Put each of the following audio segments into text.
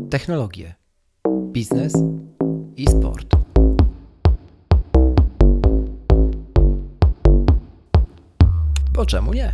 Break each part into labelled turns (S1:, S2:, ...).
S1: technologie, biznes i sport. Bo czemu nie?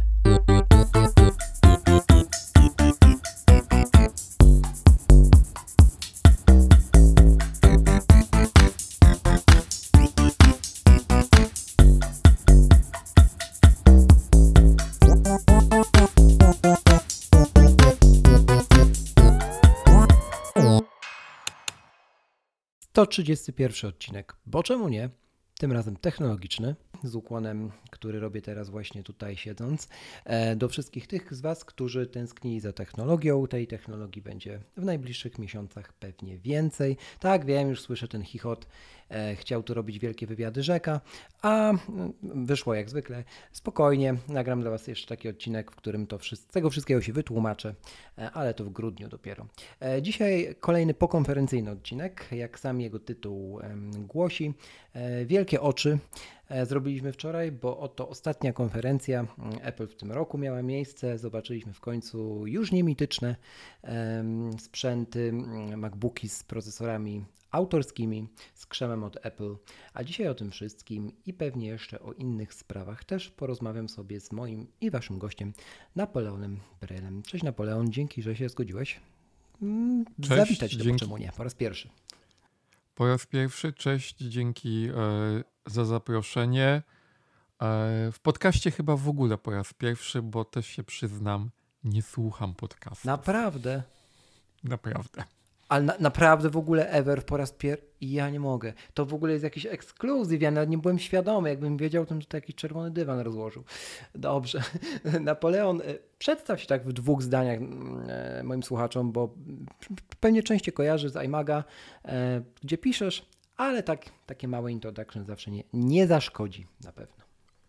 S1: To 31 odcinek, bo czemu nie? Tym razem technologiczny, z ukłonem, który robię teraz właśnie tutaj siedząc. Do wszystkich tych z Was, którzy tęsknili za technologią, tej technologii będzie w najbliższych miesiącach pewnie więcej. Tak, wiem, już słyszę ten chichot. Chciał tu robić wielkie wywiady Rzeka, a wyszło jak zwykle. Spokojnie, nagram dla Was jeszcze taki odcinek, w którym tego wszystkiego się wytłumaczę, ale to w grudniu dopiero. Dzisiaj kolejny pokonferencyjny odcinek, jak sam jego tytuł głosi. Wielkie oczy zrobiliśmy wczoraj, bo oto ostatnia konferencja Apple w tym roku miała miejsce. Zobaczyliśmy w końcu już nie mityczne sprzęty, MacBooki z procesorami autorskimi, z krzemem od Apple. A dzisiaj o tym wszystkim i pewnie jeszcze o innych sprawach też porozmawiam sobie z moim i Waszym gościem, Napoleonem Brelem. Cześć Napoleon, dzięki, że się zgodziłeś.
S2: Cześć,
S1: zawitać
S2: dzięki.
S1: to, czemu nie, po raz pierwszy.
S2: Po raz pierwszy, cześć, dzięki za zaproszenie. W podcaście chyba w ogóle po raz pierwszy, bo też się przyznam, nie słucham podcastów.
S1: Naprawdę?
S2: Naprawdę.
S1: Ale naprawdę w ogóle ever po raz pierwszy? Ja nie mogę. To w ogóle jest jakiś ekskluzyw, ja nawet nie byłem świadomy. Jakbym wiedział, to tutaj jakiś czerwony dywan rozłożył. Dobrze. Napoleon, przedstaw się tak w 2 zdaniach moim słuchaczom, bo pewnie część cię kojarzy z iMaga, gdzie piszesz, ale takie małe introduction zawsze nie zaszkodzi na pewno.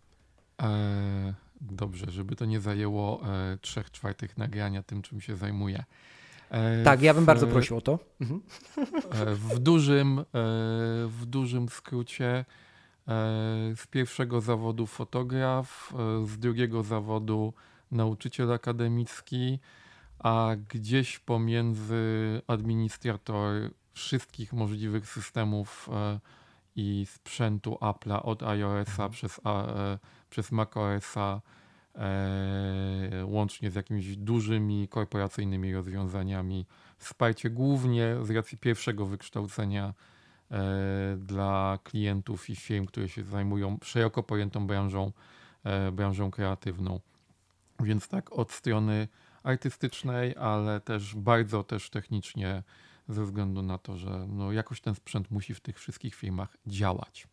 S2: Dobrze, żeby to nie zajęło 3/4 nagrania tym, czym się zajmuję.
S1: Tak, ja bym bardzo prosił o to.
S2: W dużym skrócie, z pierwszego zawodu fotograf, z drugiego zawodu nauczyciel akademicki, a gdzieś pomiędzy administrator wszystkich możliwych systemów i sprzętu Apple'a od iOS-a przez macOS-a, łącznie z jakimiś dużymi korporacyjnymi rozwiązaniami. Wsparcie głównie z racji pierwszego wykształcenia dla klientów i firm, które się zajmują szeroko pojętą branżą kreatywną. Więc tak od strony artystycznej, ale też bardzo też technicznie, ze względu na to, że jakoś ten sprzęt musi w tych wszystkich firmach działać.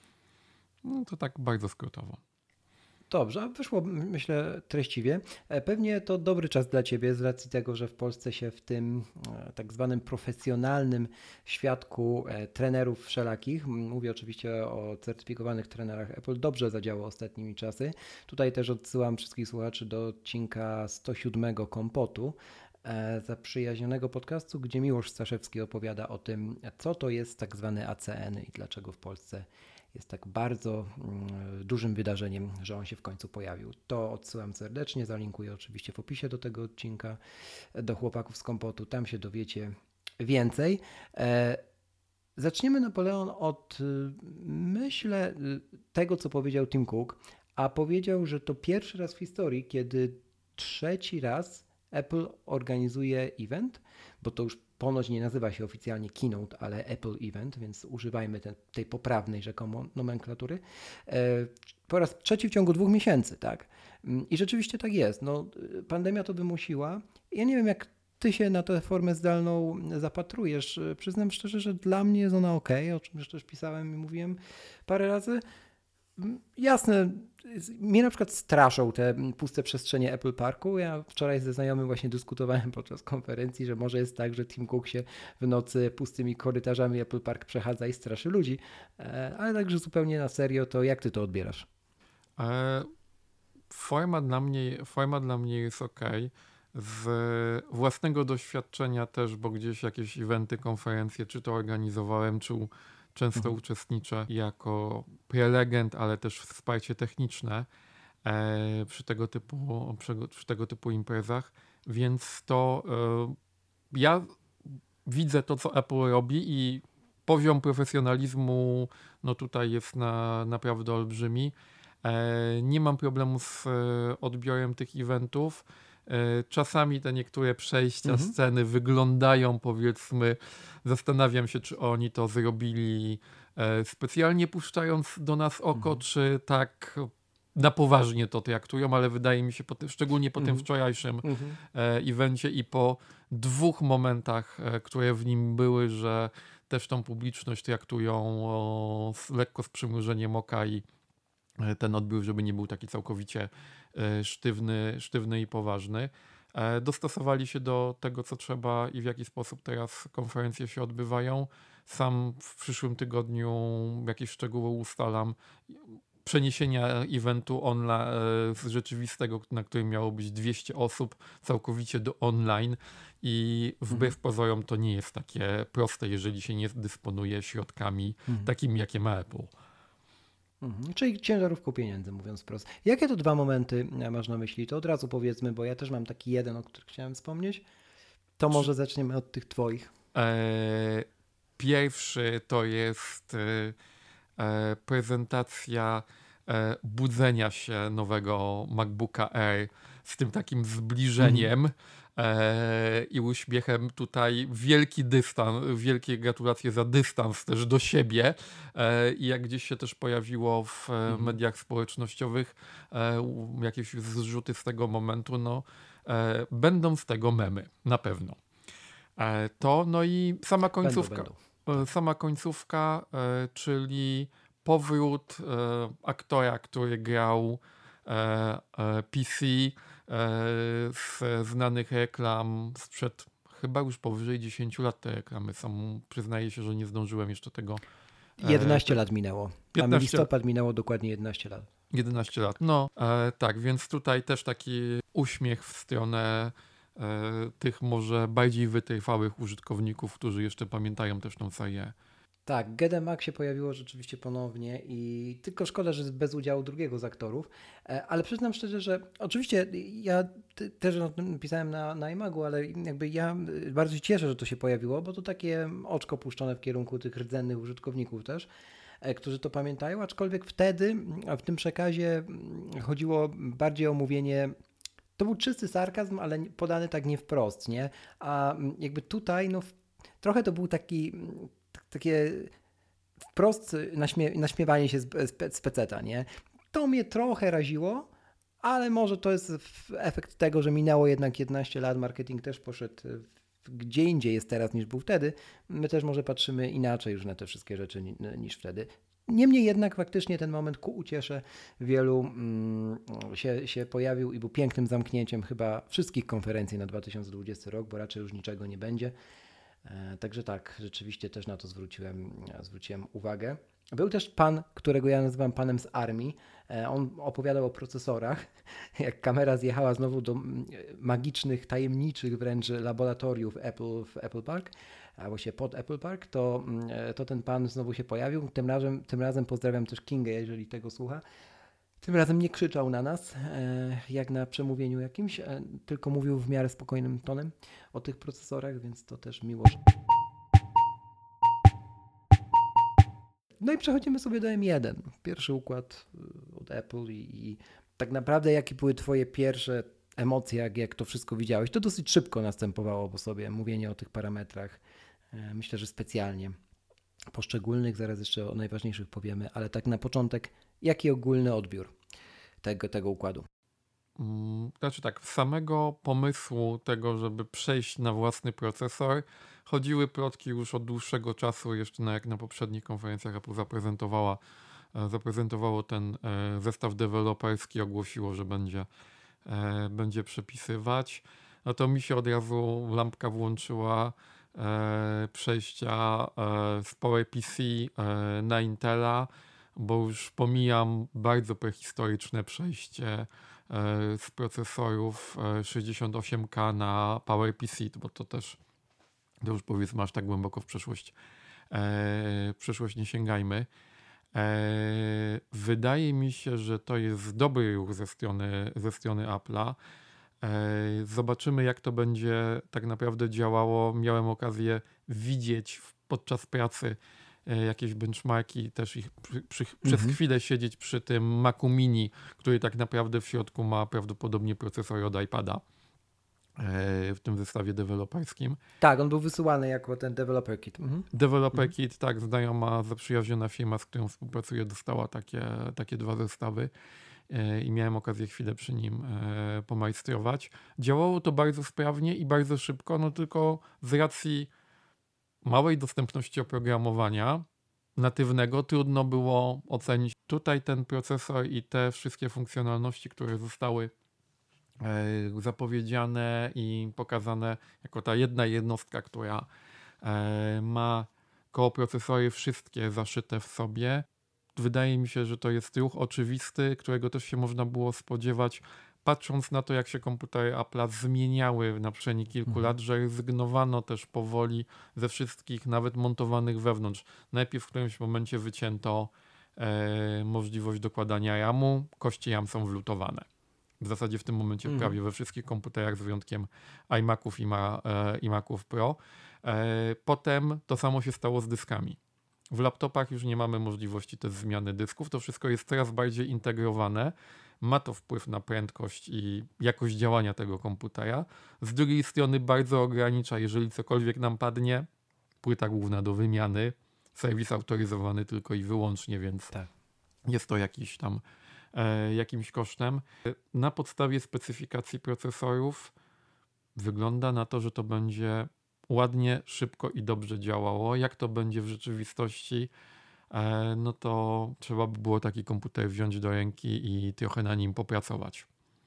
S2: To tak bardzo skrótowo.
S1: Dobrze, wyszło myślę treściwie. Pewnie to dobry czas dla Ciebie z racji tego, że w Polsce się w tym tak zwanym profesjonalnym świadku trenerów wszelakich, mówię oczywiście o certyfikowanych trenerach Apple, dobrze zadziałało ostatnimi czasy. Tutaj też odsyłam wszystkich słuchaczy do odcinka 107 Kompotu, zaprzyjaźnionego podcastu, gdzie Miłosz Staszewski opowiada o tym, co to jest tak zwany ACN i dlaczego w Polsce jest tak bardzo dużym wydarzeniem, że on się w końcu pojawił. To odsyłam serdecznie, zalinkuję oczywiście w opisie do tego odcinka do chłopaków z Kompotu, tam się dowiecie więcej. Zaczniemy, Napoleon, od myślę tego, co powiedział Tim Cook, a powiedział, że to pierwszy raz w historii, kiedy 3. raz Apple organizuje event, bo to już ponoć nie nazywa się oficjalnie Keynote, ale Apple Event, więc używajmy tej poprawnej rzekomo nomenklatury. Po raz 3 w ciągu 2 miesięcy, tak? I rzeczywiście tak jest. Pandemia to wymusiła. Ja nie wiem, jak Ty się na tę formę zdalną zapatrujesz. Przyznam szczerze, że dla mnie jest ona ok, o czym już też pisałem i mówiłem parę razy. Jasne, mnie na przykład straszą te puste przestrzenie Apple Parku. Ja wczoraj ze znajomym właśnie dyskutowałem podczas konferencji, że może jest tak, że Tim Cook się w nocy pustymi korytarzami Apple Park przechadza i straszy ludzi, ale także zupełnie na serio, to jak ty to odbierasz?
S2: Forma dla mnie jest ok. Z własnego doświadczenia też, bo gdzieś jakieś eventy, konferencje, czy to organizowałem, czy często uczestniczę jako prelegent, ale też wsparcie techniczne przy tego typu imprezach, więc to ja widzę to, co Apple robi i poziom profesjonalizmu no tutaj jest naprawdę olbrzymi. Nie mam problemu z odbiorem tych eventów. Czasami te niektóre przejścia, sceny wyglądają, powiedzmy, zastanawiam się, czy oni to zrobili specjalnie puszczając do nas oko, czy tak na poważnie to traktują, ale wydaje mi się, szczególnie po tym wczorajszym evencie i po 2 momentach, które w nim były, że też tą publiczność traktują lekko z przymrużeniem oka i ten odbiór, żeby nie był taki całkowicie sztywny i poważny. Dostosowali się do tego, co trzeba i w jaki sposób teraz konferencje się odbywają. Sam w przyszłym tygodniu jakieś szczegóły ustalam. Przeniesienia eventu z rzeczywistego, na którym miało być 200 osób, całkowicie do online i wbrew pozorom to nie jest takie proste, jeżeli się nie dysponuje środkami takimi, jakie ma Apple.
S1: Czyli ciężarówką pieniędzy, mówiąc wprost. Jakie to 2 momenty masz na myśli? To od razu powiedzmy, bo ja też mam taki jeden, o którym chciałem wspomnieć. To może zaczniemy od tych twoich.
S2: Pierwszy to jest prezentacja budzenia się nowego MacBooka Air z tym takim zbliżeniem i uśmiechem tutaj. Wielki dystans, wielkie gratulacje za dystans też do siebie i jak gdzieś się też pojawiło w mediach społecznościowych jakieś zrzuty z tego momentu, no będą z tego memy, na pewno. No i sama końcówka. Sama końcówka, czyli powrót aktora, który grał PC z znanych reklam sprzed chyba już powyżej 10 lat te reklamy są. Przyznaję się, że nie zdążyłem jeszcze tego.
S1: 11 lat minęło.
S2: 15...
S1: A listopad minęło dokładnie 11 lat.
S2: 11 lat. No tak, więc tutaj też taki uśmiech w stronę tych może bardziej wytrwałych użytkowników, którzy jeszcze pamiętają też tą serię.
S1: Tak, GDMAC się pojawiło rzeczywiście ponownie i tylko szkoda, że bez udziału drugiego z aktorów, ale przyznam szczerze, że oczywiście ja też o tym pisałem na iMagu, ale jakby ja bardzo się cieszę, że to się pojawiło, bo to takie oczko puszczone w kierunku tych rdzennych użytkowników też, którzy to pamiętają, aczkolwiek wtedy w tym przekazie chodziło bardziej o mówienie. To był czysty sarkazm, ale podany tak nie wprost, nie? A jakby tutaj, no trochę to był takie wprost naśmiewanie się z peceta, nie? To mnie trochę raziło, ale może to jest efekt tego, że minęło jednak 11 lat, marketing też poszedł gdzie indziej jest teraz niż był wtedy. My też może patrzymy inaczej już na te wszystkie rzeczy niż wtedy. Niemniej jednak faktycznie ten moment ku uciesze wielu się pojawił i był pięknym zamknięciem chyba wszystkich konferencji na 2020 rok, bo raczej już niczego nie będzie. Także tak, rzeczywiście też na to zwróciłem uwagę. Był też pan, którego ja nazywam panem z armii. On opowiadał o procesorach, jak kamera zjechała znowu do magicznych, tajemniczych wręcz laboratoriów Apple w Apple Park, albo się pod Apple Park, to ten pan znowu się pojawił. Tym razem pozdrawiam też Kingę, jeżeli tego słucha. Tym razem nie krzyczał na nas, jak na przemówieniu jakimś, tylko mówił w miarę spokojnym tonem o tych procesorach, więc to też miło. No i przechodzimy sobie do M1. Pierwszy układ od Apple i tak naprawdę jakie były twoje pierwsze emocje, jak to wszystko widziałeś? To dosyć szybko następowało po sobie, mówienie o tych parametrach. Myślę, że specjalnie poszczególnych, zaraz jeszcze o najważniejszych powiemy, ale tak na początek, jaki ogólny odbiór tego układu?
S2: Znaczy tak, z samego pomysłu tego, żeby przejść na własny procesor, chodziły plotki już od dłuższego czasu, jeszcze jak na poprzednich konferencjach Apple zaprezentowało ten zestaw deweloperski, ogłosiło, że będzie przepisywać. No to mi się od razu lampka włączyła przejścia z PowerPC na Intela, bo już pomijam bardzo prehistoryczne przejście z procesorów 68K na PowerPC, bo to już powiedzmy aż tak głęboko w przyszłość nie sięgajmy. Wydaje mi się, że to jest dobry ruch ze strony Apple'a. Zobaczymy, jak to będzie tak naprawdę działało. Miałem okazję widzieć podczas pracy jakieś benchmarki, też ich przez chwilę siedzieć przy tym Macu Mini, który tak naprawdę w środku ma prawdopodobnie procesor od iPada w tym zestawie deweloperskim.
S1: Tak, on był wysyłany jako ten developer kit.
S2: Developer Kit, tak, znajoma, zaprzyjaźniona firma, z którą współpracuję, dostała takie 2 zestawy i miałem okazję chwilę przy nim pomajstrować. Działało to bardzo sprawnie i bardzo szybko, no tylko z racji małej dostępności oprogramowania natywnego trudno było ocenić. Tutaj ten procesor i te wszystkie funkcjonalności, które zostały zapowiedziane i pokazane jako ta jedna jednostka, która ma koprocesory wszystkie zaszyte w sobie. Wydaje mi się, że to jest ruch oczywisty, którego też się można było spodziewać, patrząc na to, jak się komputery Apple'a zmieniały na przestrzeni kilku lat, że rezygnowano też powoli ze wszystkich, nawet montowanych wewnątrz. Najpierw w którymś momencie wycięto możliwość dokładania RAM-u, kości RAM są wlutowane. W zasadzie w tym momencie prawie we wszystkich komputerach z wyjątkiem iMaców i Maców Pro. Potem to samo się stało z dyskami. W laptopach już nie mamy możliwości też zmiany dysków. To wszystko jest coraz bardziej integrowane. Ma to wpływ na prędkość i jakość działania tego komputera. Z drugiej strony bardzo ogranicza, jeżeli cokolwiek nam padnie, płyta główna do wymiany, serwis autoryzowany tylko i wyłącznie, więc
S1: Tak.
S2: jest to jakimś kosztem. Na podstawie specyfikacji procesorów wygląda na to, że to będzie ładnie, szybko i dobrze działało. Jak to będzie w rzeczywistości, no to trzeba by było taki komputer wziąć do ręki i trochę na nim popracować.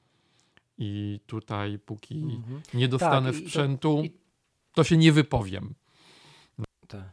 S2: I tutaj póki nie dostanę sprzętu, to się nie wypowiem.
S1: Tak.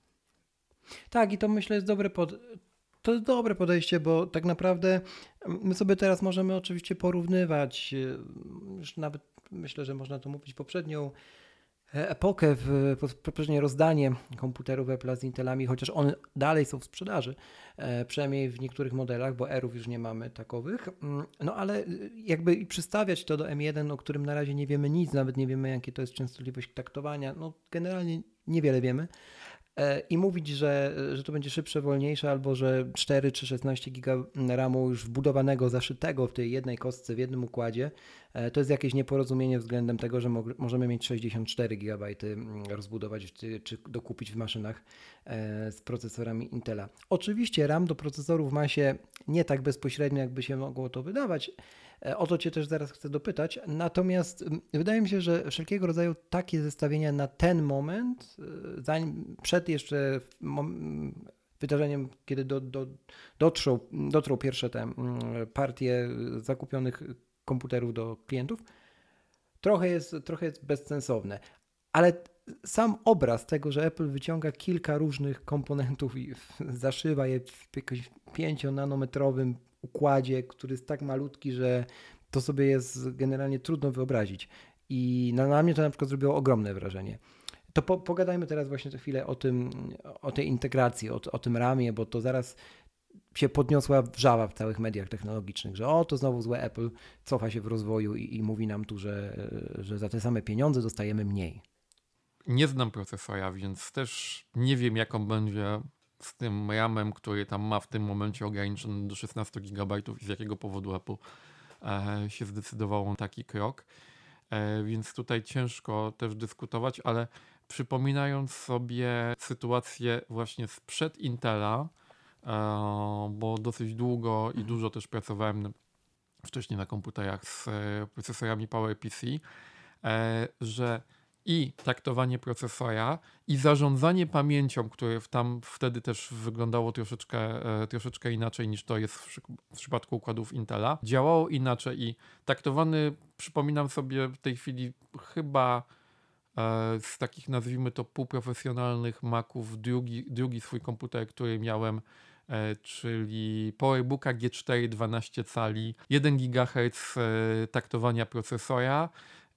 S1: Tak, i to myślę jest to jest dobre podejście, bo tak naprawdę my sobie teraz możemy oczywiście porównywać, już nawet myślę, że można to mówić, poprzednią epokę, poprzednie rozdanie komputerów Apple'a z Intelami, chociaż one dalej są w sprzedaży, przynajmniej w niektórych modelach, bo R-ów już nie mamy takowych, no ale jakby i przystawiać to do M1, o którym na razie nie wiemy nic, nawet nie wiemy, jakie to jest częstotliwość taktowania, no generalnie niewiele wiemy. I mówić, że to będzie szybsze, wolniejsze, albo że 4 czy 16 giga RAMu już wbudowanego, zaszytego w tej jednej kostce, w jednym układzie, to jest jakieś nieporozumienie względem tego, że możemy mieć 64 GB rozbudować czy dokupić w maszynach z procesorami Intela. Oczywiście RAM do procesorów ma się nie tak bezpośrednio, jakby się mogło to wydawać. O to Cię też zaraz chcę dopytać. Natomiast wydaje mi się, że wszelkiego rodzaju takie zestawienia na ten moment, przed jeszcze wydarzeniem, kiedy dotrą pierwsze te partie zakupionych komputerów do klientów, trochę jest bezsensowne. Ale sam obraz tego, że Apple wyciąga kilka różnych komponentów i zaszywa je w jakimś 5-nanometrowym układzie, który jest tak malutki, że to sobie jest generalnie trudno wyobrazić. I na mnie to na przykład zrobiło ogromne wrażenie. To pogadajmy teraz właśnie za chwilę o tej integracji, o tym ramie, bo to zaraz się podniosła wrzawa w całych mediach technologicznych, że to znowu złe Apple cofa się w rozwoju i mówi nam tu, że za te same pieniądze dostajemy mniej.
S2: Nie znam procesora, więc też nie wiem, jaką będzie z tym RAM-em, który tam ma w tym momencie ograniczony do 16 GB i z jakiego powodu Apple się zdecydowało na taki krok. Więc tutaj ciężko też dyskutować, ale przypominając sobie sytuację właśnie sprzed Intela, bo dosyć długo i dużo też pracowałem wcześniej na komputerach z procesorami PowerPC, że i taktowanie procesora i zarządzanie pamięcią, które tam wtedy też wyglądało troszeczkę inaczej niż to jest w przypadku układów Intela, działało inaczej i taktowany, przypominam sobie w tej chwili chyba z takich, nazwijmy to, półprofesjonalnych Maców, drugi swój komputer, który miałem, czyli PowerBooka G4 12 cali, 1 GHz taktowania procesora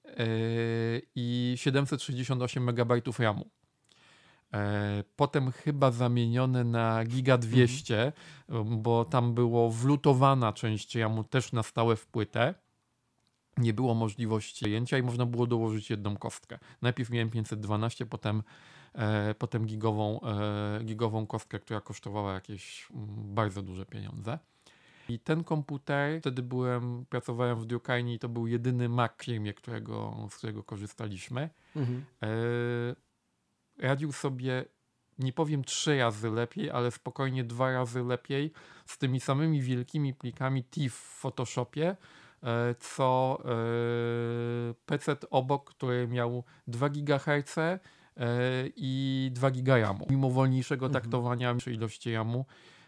S2: i 768 MB RAMu. Potem chyba zamienione na Giga 200, bo tam było wlutowana część RAMu też na stałe w płytę. nie było możliwości jęcia i można było dołożyć jedną kostkę. Najpierw miałem 512, potem gigową kostkę, która kosztowała jakieś bardzo duże pieniądze. I ten komputer, wtedy pracowałem w Durkheimie i to był jedyny Mac w firmie, z którego korzystaliśmy. Radził sobie, nie powiem 3 razy lepiej, ale spokojnie 2 razy lepiej z tymi samymi wielkimi plikami TIFF w Photoshopie, co PC obok, który miał 2 GHz i 2 GB RAMu. Mimo wolniejszego taktowania przy ilości RAMu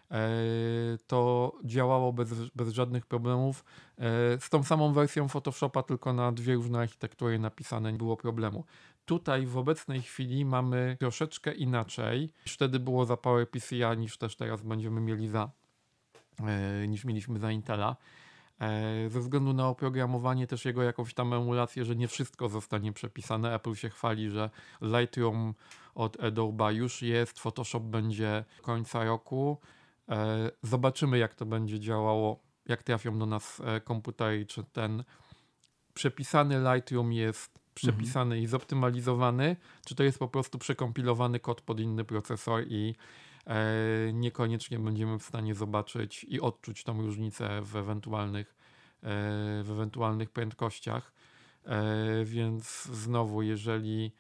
S2: to działało bez żadnych problemów. Z tą samą wersją Photoshopa, tylko na 2 różne architektury napisane, nie było problemu. Tutaj w obecnej chwili mamy troszeczkę inaczej. Wtedy było za PowerPC'a, niż też teraz będziemy mieli niż mieliśmy za Intela. Ze względu na oprogramowanie, też jego jakąś tam emulację, że nie wszystko zostanie przepisane. Apple się chwali, że Lightroom od Adobe'a już jest, Photoshop będzie końca roku. Zobaczymy, jak to będzie działało, jak trafią do nas komputery, czy ten przepisany Lightroom jest przepisany i zoptymalizowany, czy to jest po prostu przekompilowany kod pod inny procesor i niekoniecznie będziemy w stanie zobaczyć i odczuć tą różnicę w ewentualnych prędkościach. Więc znowu, jeżeli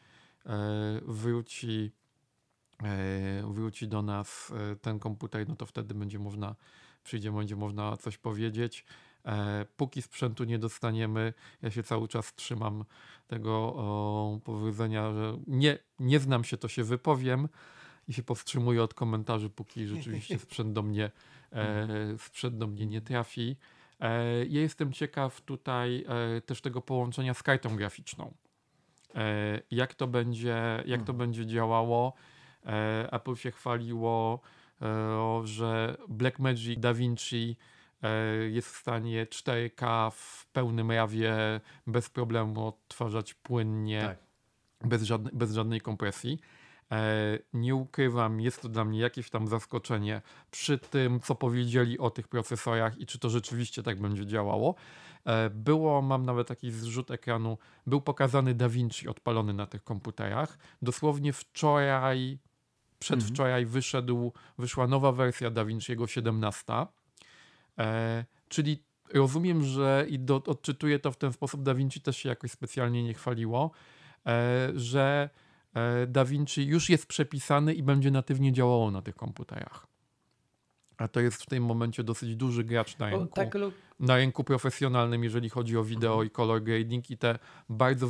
S2: wróci do nas ten komputer, no to wtedy będzie można coś powiedzieć. Póki sprzętu nie dostaniemy, ja się cały czas trzymam tego powiedzenia, że nie znam się, to się wypowiem i się powstrzymuję od komentarzy, póki rzeczywiście sprzęt do mnie nie trafi. Ja jestem ciekaw tutaj też tego połączenia z kartą graficzną. Jak to będzie działało. Apple się chwaliło, że Blackmagic DaVinci jest w stanie 4K w pełnym rawie bez problemu odtwarzać płynnie,
S1: Tak.
S2: bez żadnej kompresji. Nie ukrywam, jest to dla mnie jakieś tam zaskoczenie przy tym, co powiedzieli o tych procesorach i czy to rzeczywiście tak będzie działało. Mam nawet taki zrzut ekranu, był pokazany DaVinci odpalony na tych komputerach. Dosłownie przedwczoraj wyszła nowa wersja DaVinci'ego 17. Czyli rozumiem, że odczytuję to w ten sposób, DaVinci też się jakoś specjalnie nie chwaliło, że DaVinci już jest przepisany i będzie natywnie działało na tych komputerach. A to jest w tym momencie dosyć duży gracz na rynku profesjonalnym, jeżeli chodzi o wideo i color grading i te bardzo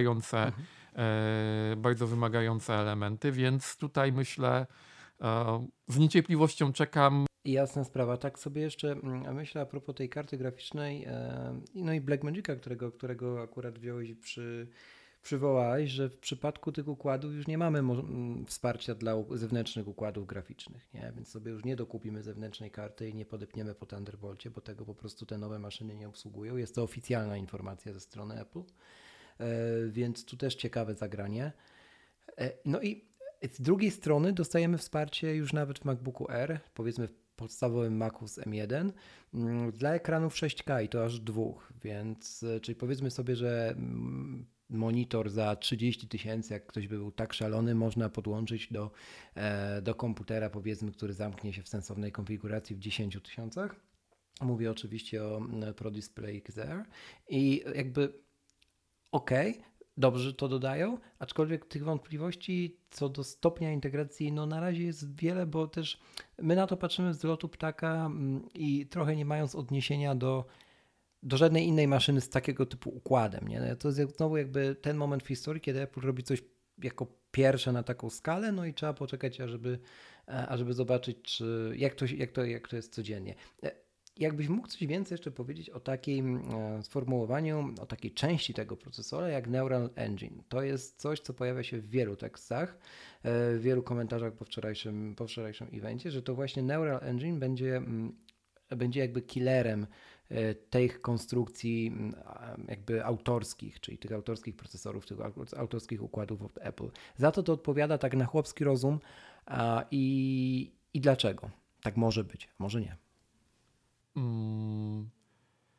S2: wymagające elementy, więc tutaj myślę, z niecierpliwością czekam.
S1: Jasna sprawa. Tak sobie jeszcze myślę a propos tej karty graficznej, no i Blackmagica, którego akurat wziąłeś i przywołałeś, że w przypadku tych układów już nie mamy wsparcia dla zewnętrznych układów graficznych, nie? Więc sobie już nie dokupimy zewnętrznej karty i nie podepniemy po Thunderbolcie, bo tego po prostu te nowe maszyny nie obsługują. Jest to oficjalna informacja ze strony Apple, więc tu też ciekawe zagranie. No i z drugiej strony dostajemy wsparcie już nawet w MacBooku R, powiedzmy w podstawowym Macu z M1 dla ekranów 6K i to aż 2, więc czyli powiedzmy sobie, że monitor za 30 000, jak ktoś by był tak szalony, można podłączyć do komputera, powiedzmy, który zamknie się w sensownej konfiguracji w 10 000. Mówię oczywiście o ProDisplay XR i jakby dobrze to dodają, aczkolwiek tych wątpliwości co do stopnia integracji no na razie jest wiele, bo też my na to patrzymy z lotu ptaka i trochę nie mając odniesienia do żadnej innej maszyny z takiego typu układem. Nie? To jest znowu jakby ten moment w historii, kiedy Apple robi coś jako pierwsze na taką skalę, no i trzeba poczekać, ażeby zobaczyć, jak to jest codziennie. Jakbyś mógł coś więcej jeszcze powiedzieć o takim sformułowaniu, o takiej części tego procesora jak Neural Engine. To jest coś, co pojawia się w wielu tekstach, w wielu komentarzach po wczorajszym evencie, że to właśnie Neural Engine będzie jakby killerem tych konstrukcji jakby autorskich, czyli tych autorskich procesorów, tych autorskich układów od Apple. Za to odpowiada tak na chłopski rozum i dlaczego? Tak może być, może nie.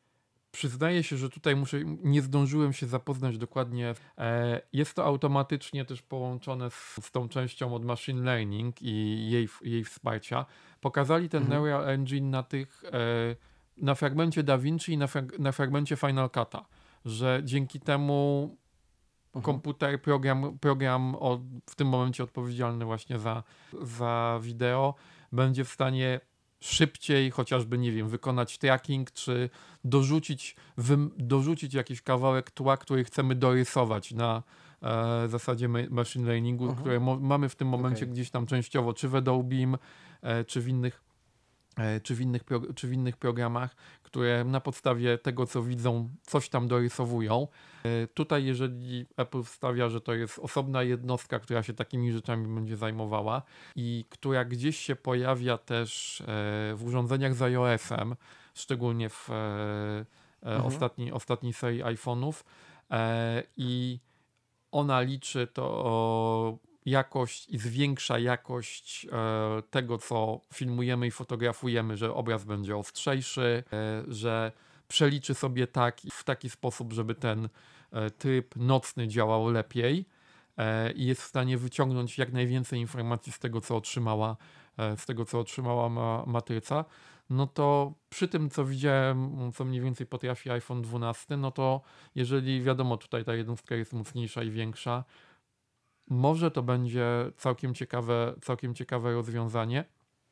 S2: Przyznaję się, że tutaj nie zdążyłem się zapoznać dokładnie. Jest to automatycznie też połączone z tą częścią od machine learning i jej wsparcia. Pokazali ten
S1: Mhm.
S2: Neural Engine na fragmencie DaVinci i na fragmencie Final Cut'a, że dzięki temu
S1: Mhm.
S2: komputer, program w tym momencie odpowiedzialny właśnie za wideo, będzie w stanie szybciej chociażby, nie wiem, wykonać tracking, czy dorzucić jakiś kawałek tła, który chcemy dorysować na zasadzie machine learningu,
S1: Mhm.
S2: które mamy w tym momencie
S1: Okej.
S2: gdzieś tam częściowo, czy w Adobe Beam, czy w innych czy w innych programach, które na podstawie tego, co widzą, coś tam dorysowują. Tutaj, jeżeli Apple wstawia, że to jest osobna jednostka, która się takimi rzeczami będzie zajmowała i która gdzieś się pojawia też w urządzeniach z iOS-em, szczególnie w
S1: Mhm.
S2: ostatniej serii iPhone'ów, i ona liczy to jakość i zwiększa jakość tego, co filmujemy i fotografujemy, że obraz będzie ostrzejszy, że przeliczy sobie w taki sposób, żeby ten tryb nocny działał lepiej i jest w stanie wyciągnąć jak najwięcej informacji z tego, co otrzymała matryca. No to przy tym, co widziałem, co mniej więcej potrafi iPhone 12, no to jeżeli wiadomo, tutaj ta jednostka jest mocniejsza i większa, może to będzie całkiem ciekawe rozwiązanie.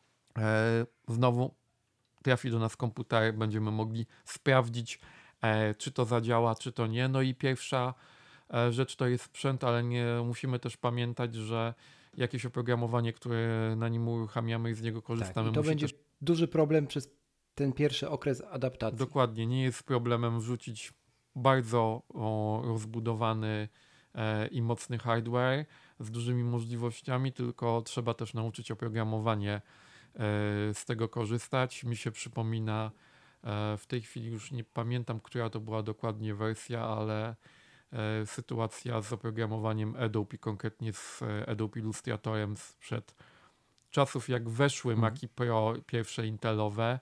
S2: Znowu trafi do nas komputer, będziemy mogli sprawdzić, czy to zadziała, czy to nie. No i pierwsza rzecz to jest sprzęt, ale nie musimy też pamiętać, że jakieś oprogramowanie, które na nim uruchamiamy i z niego
S1: Tak.
S2: korzystamy,
S1: I to
S2: musi
S1: będzie
S2: też
S1: duży problem przez ten pierwszy okres adaptacji.
S2: dokładnie, nie jest problemem wrzucić bardzo rozbudowany i mocny hardware z dużymi możliwościami, tylko trzeba też nauczyć oprogramowanie z tego korzystać. Mi się przypomina, w tej chwili już nie pamiętam, która to była dokładnie wersja, ale sytuacja z oprogramowaniem Adobe, konkretnie z Adobe Illustratorem sprzed czasów, jak weszły
S1: Mhm.
S2: Maci Pro pierwsze intelowe,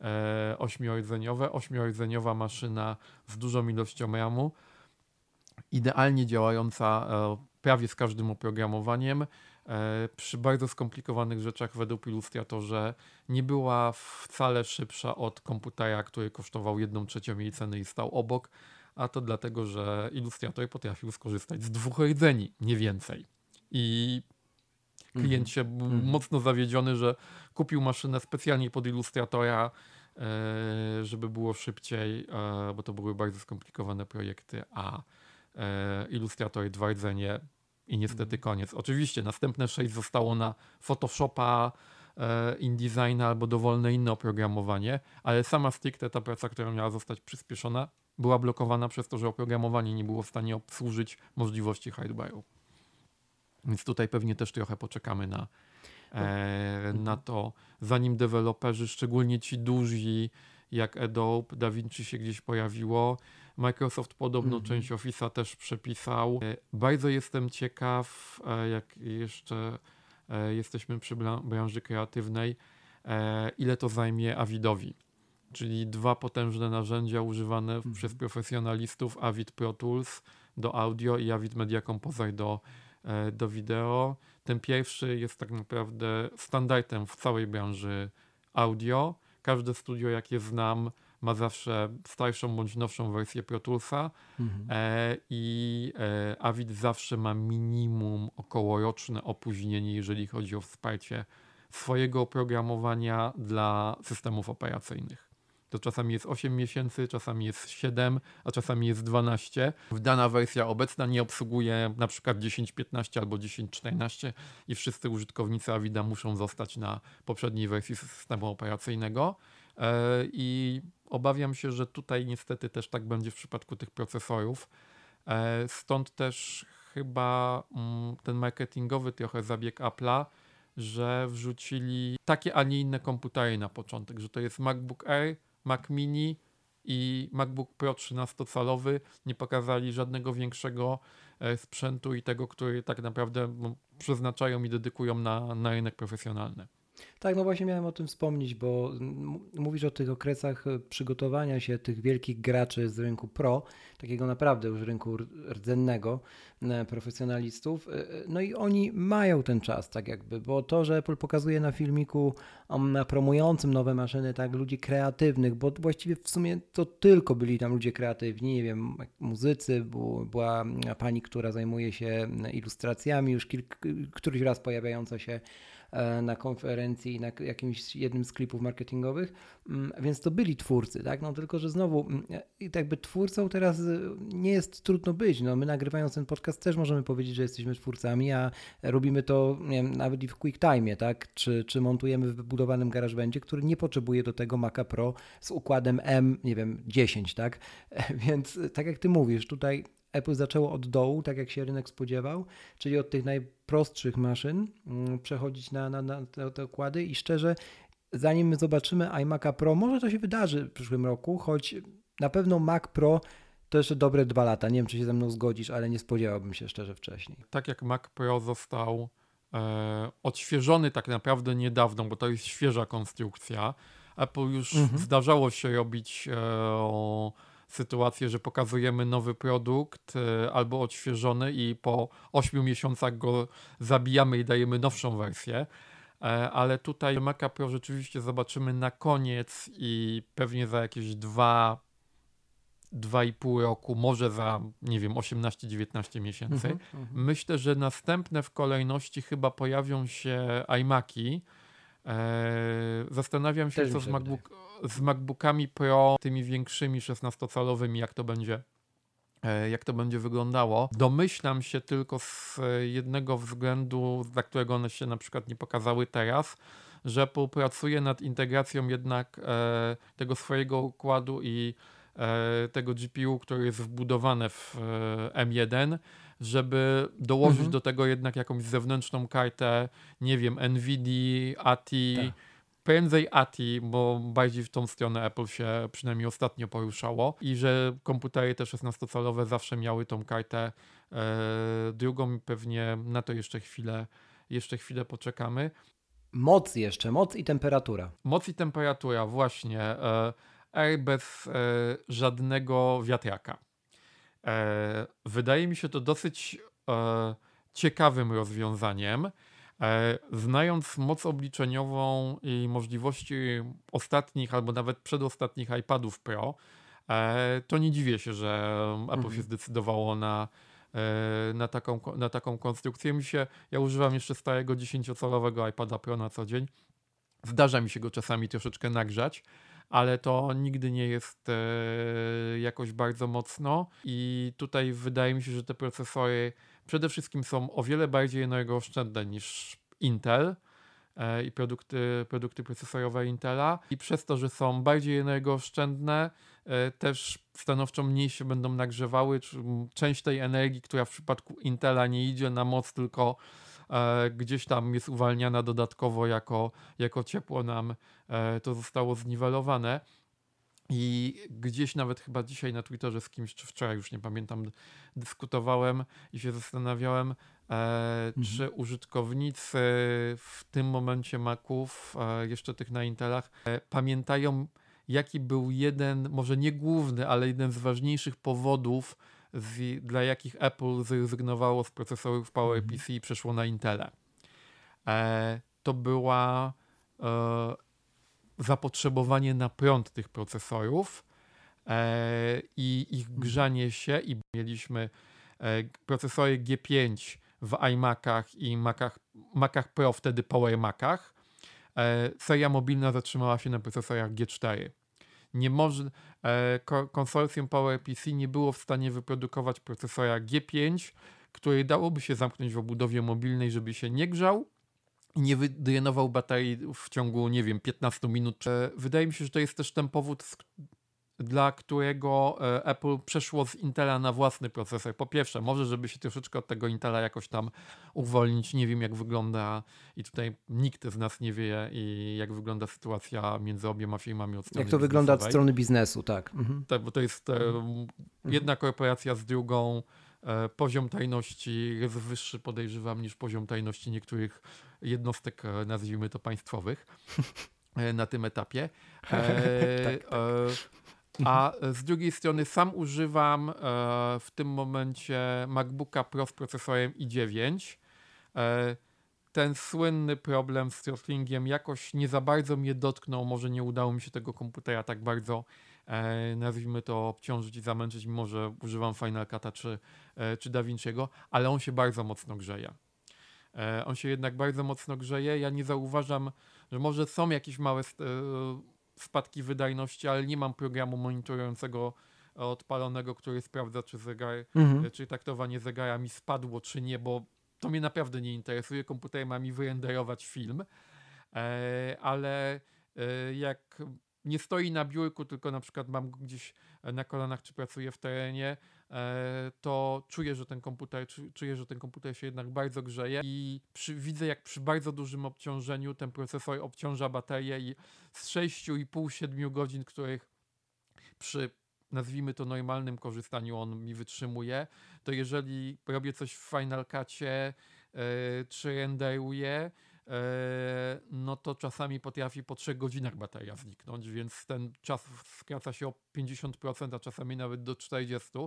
S2: ośmiorodzeniowa maszyna z dużą ilością RAMu, idealnie działająca prawie z każdym oprogramowaniem. Przy bardzo skomplikowanych rzeczach w Adobe Illustratorze nie była wcale szybsza od komputera, który kosztował 1/3 jej ceny i stał obok, a to dlatego, że Illustrator potrafił skorzystać z 2 rdzeni, nie więcej. I klient
S1: Mhm.
S2: się był
S1: Mhm.
S2: mocno zawiedziony, że kupił maszynę specjalnie pod Illustratora, żeby było szybciej, bo to były bardzo skomplikowane projekty, a Illustrator 2 rdzenie i niestety
S1: Mhm.
S2: koniec. Oczywiście następne 6 zostało na Photoshopa, InDesigna albo dowolne inne oprogramowanie, ale sama stricte ta praca, która miała zostać przyspieszona, była blokowana przez to, że oprogramowanie nie było w stanie obsłużyć możliwości hardware'u. Więc tutaj pewnie też trochę poczekamy
S1: No.
S2: na
S1: Mhm.
S2: to, zanim deweloperzy, szczególnie ci duzi jak Adobe, DaVinci się gdzieś pojawiło. Microsoft podobno
S1: Mhm.
S2: część Office'a też przepisał. Bardzo jestem ciekaw, jak jeszcze jesteśmy przy branży kreatywnej, ile to zajmie Avidowi. Czyli 2 potężne narzędzia używane przez
S1: Mhm.
S2: profesjonalistów, Avid Pro Tools do audio i Avid Media Composer do wideo. Ten pierwszy jest tak naprawdę standardem w całej branży audio. Każde studio, jakie znam, ma zawsze starszą bądź nowszą wersję Pro Toolsa
S1: Mhm.
S2: i Avid zawsze ma minimum okołoroczne opóźnienie, jeżeli chodzi o wsparcie swojego oprogramowania dla systemów operacyjnych. To czasami jest 8 miesięcy, czasami jest 7, a czasami jest 12. Dana wersja obecna nie obsługuje na przykład 10.15 albo 10.14 i wszyscy użytkownicy Avida muszą zostać na poprzedniej wersji systemu operacyjnego. I obawiam się, że tutaj niestety też tak będzie w przypadku tych procesorów. Stąd też chyba ten marketingowy trochę zabieg Apple'a, że wrzucili takie, a nie inne komputery na początek, że to jest MacBook Air, Mac Mini i MacBook Pro 13-calowy. Nie pokazali żadnego większego sprzętu i tego, który tak naprawdę przeznaczają i dedykują na rynek profesjonalny.
S1: Tak, no właśnie miałem o tym wspomnieć, bo mówisz o tych okresach przygotowania się tych wielkich graczy z rynku pro, takiego naprawdę już rynku rdzennego, profesjonalistów. No i oni mają ten czas, tak jakby, bo to, że Apple pokazuje na filmiku promującym nowe maszyny, tak, ludzi kreatywnych, bo właściwie w sumie to tylko byli tam ludzie kreatywni, nie wiem, muzycy, była pani, która zajmuje się ilustracjami, już któryś raz pojawiająca się na konferencji, na jakimś jednym z klipów marketingowych, więc to byli twórcy, tak? No tylko, że znowu i jakby twórcą teraz nie jest trudno być. No, my nagrywając ten podcast też możemy powiedzieć, że jesteśmy twórcami, a robimy to nie wiem, nawet i w QuickTime, tak? Czy montujemy w wybudowanym GarageBandzie, który nie potrzebuje do tego Maca Pro z układem M, nie wiem, 10, tak? Więc tak jak ty mówisz, tutaj Apple zaczęło od dołu, tak jak się rynek spodziewał, czyli od tych najprostszych maszyn przechodzić na te układy i szczerze, zanim my zobaczymy iMac'a Pro, może to się wydarzy w przyszłym roku, choć na pewno Mac Pro to jeszcze dobre 2 lata. Nie wiem, czy się ze mną zgodzisz, ale nie spodziewałbym się szczerze wcześniej.
S2: Tak jak Mac Pro został odświeżony tak naprawdę niedawno, bo to jest świeża konstrukcja. Apple już zdarzało się robić sytuację, że pokazujemy nowy produkt albo odświeżony i po 8 miesiącach go zabijamy i dajemy nowszą wersję. Ale tutaj Maca Pro rzeczywiście zobaczymy na koniec i pewnie za jakieś 2,5 roku, może za, nie wiem, 18-19 miesięcy. Myślę, że następne w kolejności chyba pojawią się iMaki. Zastanawiam się,
S1: Też
S2: co
S1: mi się wydaje.
S2: z MacBookami Pro, tymi większymi 16-calowymi, jak to będzie wyglądało. Domyślam się tylko z jednego względu, dla którego one się na przykład nie pokazały teraz, że Apple pracuje nad integracją jednak tego swojego układu i tego GPU, który jest wbudowane w M1, żeby dołożyć do tego jednak jakąś zewnętrzną kartę, nie wiem, NVIDIA, ATI,
S1: Tak.
S2: prędzej ATI, bo bardziej w tą stronę Apple się przynajmniej ostatnio poruszało i że komputery te 16-calowe zawsze miały tą kartę drugą, pewnie na to jeszcze chwilę poczekamy.
S1: Moc i temperatura.
S2: Moc i temperatura, właśnie. Air bez żadnego wiatraka. Wydaje mi się to dosyć ciekawym rozwiązaniem. Znając moc obliczeniową i możliwości ostatnich albo nawet przedostatnich iPadów Pro, to nie dziwię się, że Apple się zdecydowało na taką konstrukcję. Ja używam jeszcze starego 10-calowego iPada Pro na co dzień. Zdarza mi się go czasami troszeczkę nagrzać, ale to nigdy nie jest jakoś bardzo mocno i tutaj wydaje mi się, że te procesory przede wszystkim są o wiele bardziej energooszczędne niż Intel i produkty procesorowe Intela i przez to, że są bardziej energooszczędne, też stanowczo mniej się będą nagrzewały. Część tej energii, która w przypadku Intela nie idzie na moc, tylko gdzieś tam jest uwalniana dodatkowo jako ciepło nam to zostało zniwelowane. I gdzieś nawet chyba dzisiaj na Twitterze z kimś, czy wczoraj, już nie pamiętam, dyskutowałem i się zastanawiałem, czy użytkownicy w tym momencie Maców, jeszcze tych na Intelach, pamiętają, jaki był jeden, może nie główny, ale jeden z ważniejszych powodów, dla jakich Apple zrezygnowało z procesorów PowerPC i przeszło na Intele. To była zapotrzebowanie na prąd tych procesorów i ich grzanie się i mieliśmy procesory G5 w iMacach i Macach Pro, wtedy Power Macach. Seria mobilna zatrzymała się na procesorach G4. Konsorcjum PowerPC nie było w stanie wyprodukować procesora G5, który dałoby się zamknąć w obudowie mobilnej, żeby się nie grzał i nie wydrenował baterii w ciągu, nie wiem, 15 minut. Wydaje mi się, że to jest też ten powód, dla którego Apple przeszło z Intela na własny procesor. Po pierwsze, może żeby się troszeczkę od tego Intela jakoś tam uwolnić. Nie wiem, jak wygląda i tutaj nikt z nas nie wie, i jak wygląda sytuacja między obiema firmami od strony
S1: Jak to wygląda od
S2: biznesowej.
S1: strony biznesu, tak.
S2: Tak, bo to jest jedna korporacja z drugą, poziom tajności jest wyższy, podejrzewam, niż poziom tajności niektórych jednostek, nazwijmy to państwowych, na tym etapie.
S1: Tak, tak.
S2: A z drugiej strony sam używam w tym momencie MacBooka Pro z procesorem i9. Ten słynny problem z throttlingiem jakoś nie za bardzo mnie dotknął, może nie udało mi się tego komputera tak bardzo, nazwijmy to, obciążyć i zamęczyć, mimo że używam Final Cut'a czy DaVinci'ego, ale on się bardzo mocno grzeje. On się jednak bardzo mocno grzeje. Ja nie zauważam, że może są jakieś małe spadki wydajności, ale nie mam programu monitorującego odpalonego, który sprawdza, czy czy taktowanie zegara mi spadło, czy nie, bo to mnie naprawdę nie interesuje. Komputer ma mi wyrenderować film, ale jak nie stoi na biurku, tylko na przykład mam go gdzieś na kolanach, czy pracuję w terenie, to czuję, że ten komputer się jednak bardzo grzeje i widzę, jak przy bardzo dużym obciążeniu ten procesor obciąża baterię i z 6,5-7 godzin, których przy, nazwijmy to, normalnym korzystaniu on mi wytrzymuje, to jeżeli robię coś w Final Cut'cie czy renderuję, no to czasami potrafi po 3 godzinach bateria zniknąć, więc ten czas skraca się o 50%, a czasami nawet do 40%.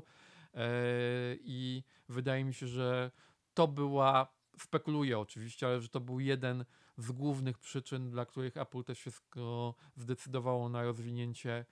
S2: I wydaje mi się, że to była, spekuluję oczywiście, ale że to był jeden z głównych przyczyn, dla których Apple też się zdecydowało na rozwinięcie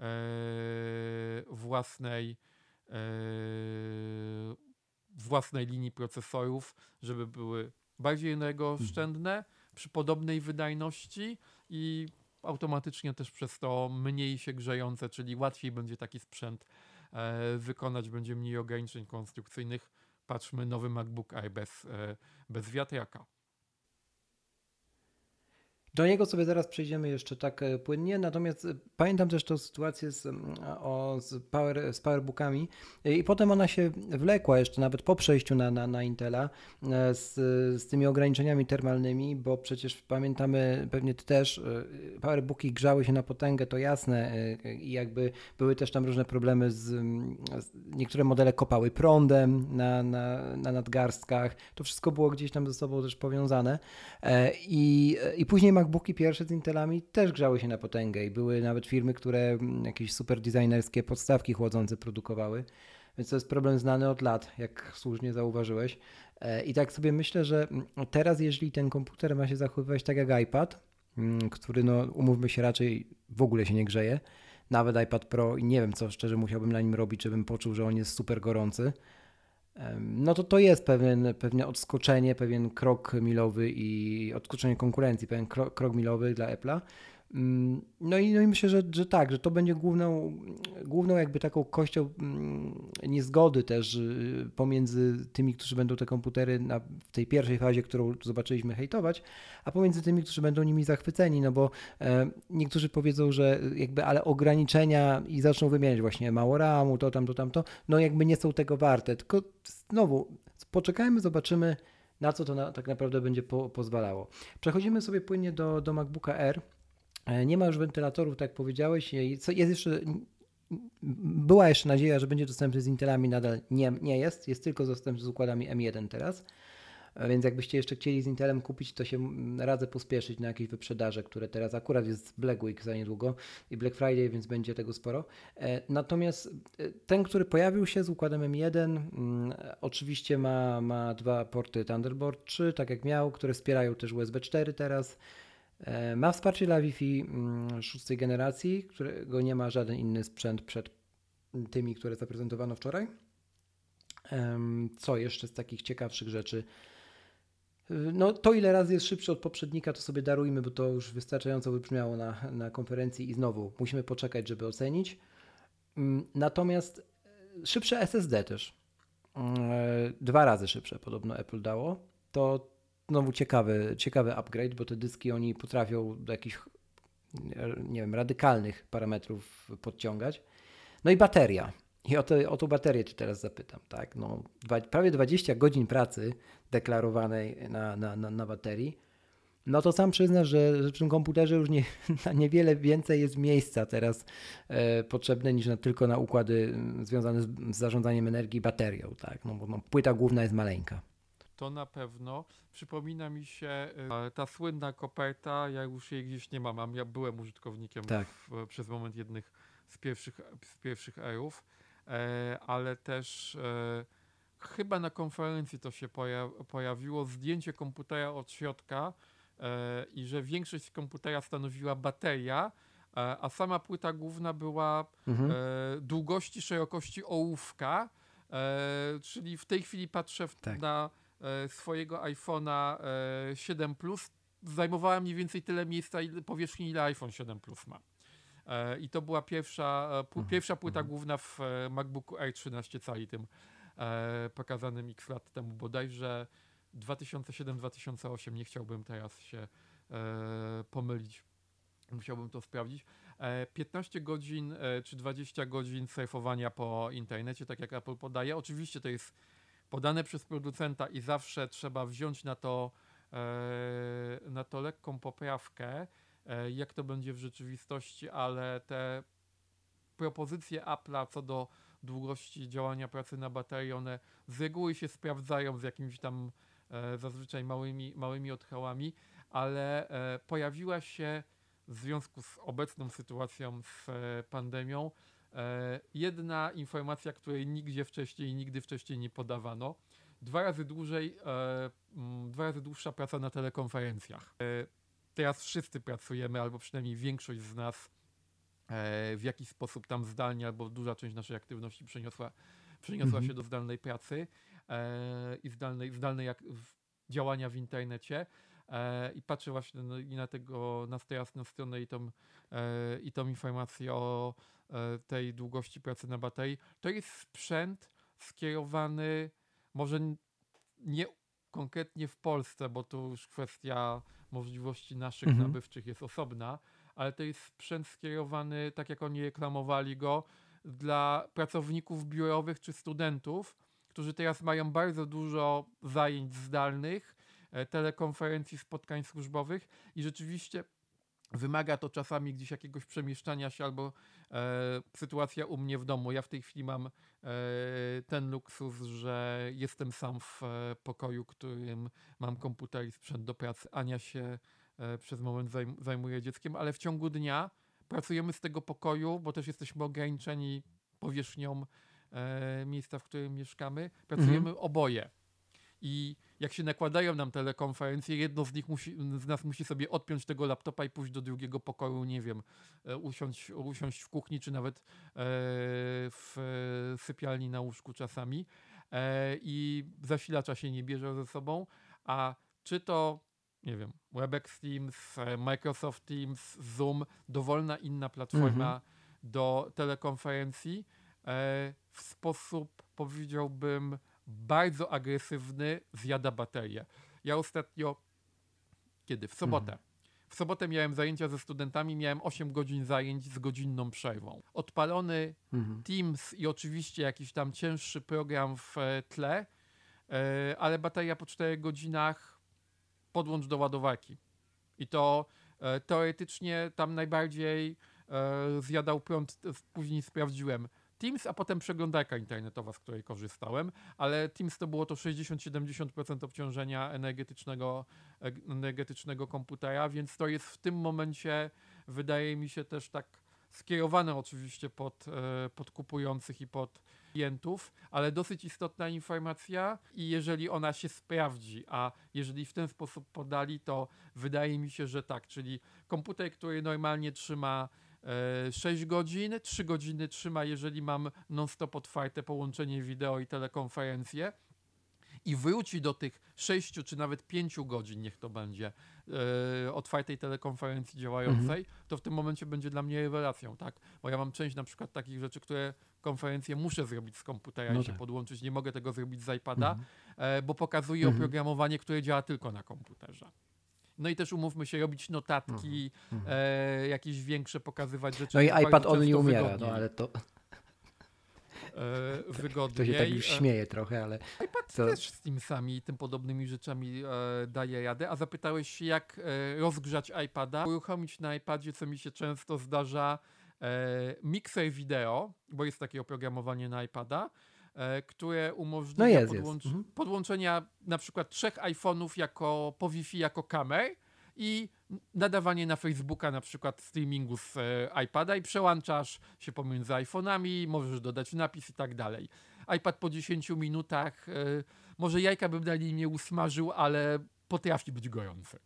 S2: własnej linii procesorów, żeby były bardziej energooszczędne, przy podobnej wydajności i automatycznie też przez to mniej się grzejące, czyli łatwiej będzie taki sprzęt wykonać, będzie mniej ograniczeń konstrukcyjnych. Patrzmy, nowy MacBook Air bez wiatraka.
S1: Do niego sobie zaraz przejdziemy jeszcze tak płynnie, natomiast pamiętam też tę sytuację z PowerBookami i potem ona się wlekła jeszcze nawet po przejściu na Intela z tymi ograniczeniami termalnymi, bo przecież pamiętamy, pewnie ty też, PowerBooki grzały się na potęgę, to jasne, i jakby były też tam różne problemy niektóre modele kopały prądem na nadgarstkach, to wszystko było gdzieś tam ze sobą też powiązane i później MacBooki pierwsze z Intelami też grzały się na potęgę i były nawet firmy, które jakieś super designerskie podstawki chłodzące produkowały, więc to jest problem znany od lat, jak słusznie zauważyłeś. I tak sobie myślę, że teraz jeżeli ten komputer ma się zachowywać tak jak iPad, który, no umówmy się, raczej w ogóle się nie grzeje, nawet iPad Pro, i nie wiem, co szczerze musiałbym na nim robić, żebym poczuł, że on jest super gorący, no to jest pewne odskoczenie, pewien krok milowy i odskoczenie konkurencji, pewien krok milowy dla Apple'a. No i myślę, że tak, że to będzie główną jakby taką kością niezgody też pomiędzy tymi, którzy będą te komputery w tej pierwszej fazie, którą zobaczyliśmy, hejtować, a pomiędzy tymi, którzy będą nimi zachwyceni, no bo niektórzy powiedzą, że jakby ale ograniczenia i zaczną wymieniać właśnie mało RAMu, to tamto, no jakby nie są tego warte, tylko znowu poczekajmy, zobaczymy, na co to tak naprawdę będzie pozwalało. Przechodzimy sobie płynnie do MacBooka Air. Nie ma już wentylatorów, tak jak powiedziałeś. Była jeszcze nadzieja, że będzie dostępny z Intelami, nadal nie jest. Jest tylko dostępny z układami M1 teraz. Więc jakbyście jeszcze chcieli z Intelem kupić, to się radzę pospieszyć na jakieś wyprzedaże, które teraz akurat jest Black Week za niedługo i Black Friday, więc będzie tego sporo. Natomiast ten, który pojawił się z układem M1, oczywiście ma 2 porty Thunderbolt 3, tak jak miał, które wspierają też USB 4 teraz. Ma wsparcie dla Wi-Fi 6 generacji, którego nie ma żaden inny sprzęt przed tymi, które zaprezentowano wczoraj. Co jeszcze z takich ciekawszych rzeczy? No to ile razy jest szybszy od poprzednika, to sobie darujmy, bo to już wystarczająco wybrzmiało na konferencji i znowu musimy poczekać, żeby ocenić. Natomiast szybsze SSD też. 2 razy szybsze podobno Apple dało. To znowu ciekawy upgrade, bo te dyski oni potrafią do jakichś, nie wiem, radykalnych parametrów podciągać. No i bateria. I o tą baterię cię teraz zapytam, tak? No, prawie 20 godzin pracy deklarowanej na baterii. No to sam przyznasz, że przy tym komputerze już nie, na niewiele więcej jest miejsca teraz potrzebne niż tylko na układy związane z zarządzaniem energii i baterią, tak? No bo płyta główna jest maleńka.
S2: To na pewno. Przypomina mi się ta słynna koperta, ja już jej gdzieś nie mam, ja byłem użytkownikiem
S1: Tak.
S2: przez moment jednych z pierwszych Airów, ale też chyba na konferencji to się pojawiło zdjęcie komputera od środka i że większość komputera stanowiła bateria, a sama płyta główna była
S1: Mhm.
S2: długości, szerokości ołówka, czyli w tej chwili patrzę
S1: Tak.
S2: na swojego iPhone'a 7 Plus, zajmowała mniej więcej tyle miejsca powierzchni, ile iPhone 7 Plus ma. I to była pierwsza płyta główna w MacBooku Air 13 cali, tym pokazanym x lat temu, bodajże 2007-2008, nie chciałbym teraz się pomylić, musiałbym to sprawdzić. 15 godzin czy 20 godzin surfowania po internecie, tak jak Apple podaje. Oczywiście to jest podane przez producenta i zawsze trzeba wziąć na to lekką poprawkę, jak to będzie w rzeczywistości, ale te propozycje Apple'a co do długości działania pracy na baterii, one z reguły się sprawdzają z jakimiś tam zazwyczaj małymi odchałami, ale pojawiła się w związku z obecną sytuacją z pandemią jedna informacja, której nigdy wcześniej nie podawano. 2 razy dłuższa praca na telekonferencjach. Teraz wszyscy pracujemy, albo przynajmniej większość z nas w jakiś sposób tam zdalnie, albo duża część naszej aktywności przeniosła się do zdalnej pracy i zdalnej działania w internecie. I patrzę właśnie i na teraz stronę i tą informację o tej długości pracy na baterii. To jest sprzęt skierowany może nie konkretnie w Polsce, bo to już kwestia możliwości naszych nabywczych jest osobna, ale to jest sprzęt skierowany, tak jak oni reklamowali go, dla pracowników biurowych czy studentów, którzy teraz mają bardzo dużo zajęć zdalnych, telekonferencji, spotkań służbowych i rzeczywiście wymaga to czasami gdzieś jakiegoś przemieszczania się albo sytuacja u mnie w domu. Ja w tej chwili mam ten luksus, że jestem sam w pokoju, którym mam komputer i sprzęt do pracy. Ania się przez moment zajmuje dzieckiem, ale w ciągu dnia pracujemy z tego pokoju, bo też jesteśmy ograniczeni powierzchnią miejsca, w którym mieszkamy. Pracujemy oboje. I jak się nakładają nam telekonferencje, jedno z nas musi sobie odpiąć tego laptopa i pójść do drugiego pokoju, nie wiem, usiąść w kuchni, czy nawet w sypialni na łóżku czasami. I zasilacza się nie bierze ze sobą, a czy to, nie wiem, WebEx Teams, Microsoft Teams, Zoom, dowolna inna platforma do telekonferencji, w sposób, powiedziałbym, bardzo agresywny zjada baterię. Ja ostatnio, w sobotę. W sobotę miałem zajęcia ze studentami, miałem 8 godzin zajęć z godzinną przerwą. Odpalony Teams i oczywiście jakiś tam cięższy program w tle, ale bateria po 4 godzinach podłącz do ładowarki. I to teoretycznie tam najbardziej zjadał prąd, później sprawdziłem. Teams, a potem przeglądarka internetowa, z której korzystałem, ale Teams to było to 60-70% obciążenia energetycznego komputera, więc to jest w tym momencie, wydaje mi się, też tak skierowane oczywiście pod kupujących i pod klientów, ale dosyć istotna informacja i jeżeli ona się sprawdzi, a jeżeli w ten sposób podali, to wydaje mi się, że tak, czyli komputer, który normalnie trzyma 6 godzin, 3 godziny trzyma, jeżeli mam non-stop otwarte połączenie wideo i telekonferencję i wróci do tych 6 czy nawet 5 godzin, niech to będzie, otwartej telekonferencji działającej, to w tym momencie będzie dla mnie rewelacją, tak? Bo ja mam część na przykład takich rzeczy, które konferencje muszę zrobić z komputera i się podłączyć, nie mogę tego zrobić z iPada, bo pokazuje oprogramowanie, które działa tylko na komputerze. No i też umówmy się, robić notatki, jakieś większe, pokazywać rzeczy.
S1: No i
S2: jest
S1: iPad
S2: bardzo
S1: only
S2: często
S1: umiera,
S2: wygodniej.
S1: no ale to... To się tak
S2: wygodniej.
S1: już śmieje trochę, ale
S2: iPad
S1: to...
S2: też z Teamsami i tym podobnymi rzeczami daje radę. A zapytałeś się, jak rozgrzać iPada? Uruchomić na iPadzie, co mi się często zdarza, mikser wideo, bo jest takie oprogramowanie na iPada, które
S1: No
S2: umożliwia
S1: jest. Mhm.
S2: podłączenia na przykład 3 iPhone'ów po Wi-Fi jako kamer i nadawanie na Facebooka na przykład streamingu z iPada i przełączasz się pomiędzy iPhone'ami, możesz dodać napis i tak dalej. iPad po 10 minutach, może jajka bym na nim nie usmażył, ale potrafi być gorący.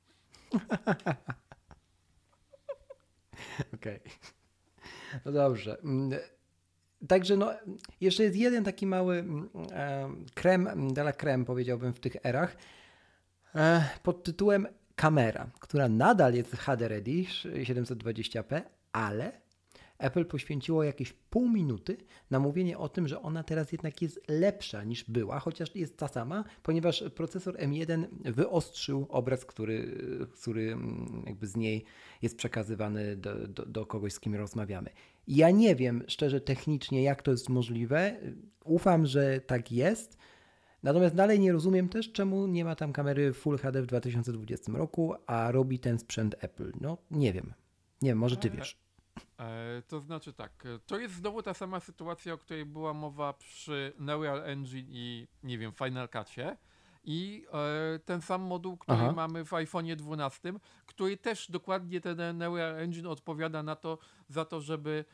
S1: Okej. No dobrze. Także no, jeszcze jest jeden taki mały crème de la crème, powiedziałbym, w tych erach, pod tytułem kamera, która nadal jest HD Ready 720p, ale Apple poświęciło jakieś pół minuty na mówienie o tym, że ona teraz jednak jest lepsza niż była, chociaż jest ta sama, ponieważ procesor M1 wyostrzył obraz, który jakby z niej jest przekazywany do kogoś, z kim rozmawiamy. Ja nie wiem szczerze technicznie, jak to jest możliwe. Ufam, że tak jest. Natomiast dalej nie rozumiem też, czemu nie ma tam kamery Full HD w 2020 roku, a robi ten sprzęt Apple. No nie wiem. Nie wiem, może ty wiesz.
S2: To znaczy tak, to jest znowu ta sama sytuacja, o której była mowa przy Neural Engine i, nie wiem, Final Cutie i ten sam moduł, który mamy w iPhone'ie 12, który też dokładnie ten Neural Engine odpowiada za to, żeby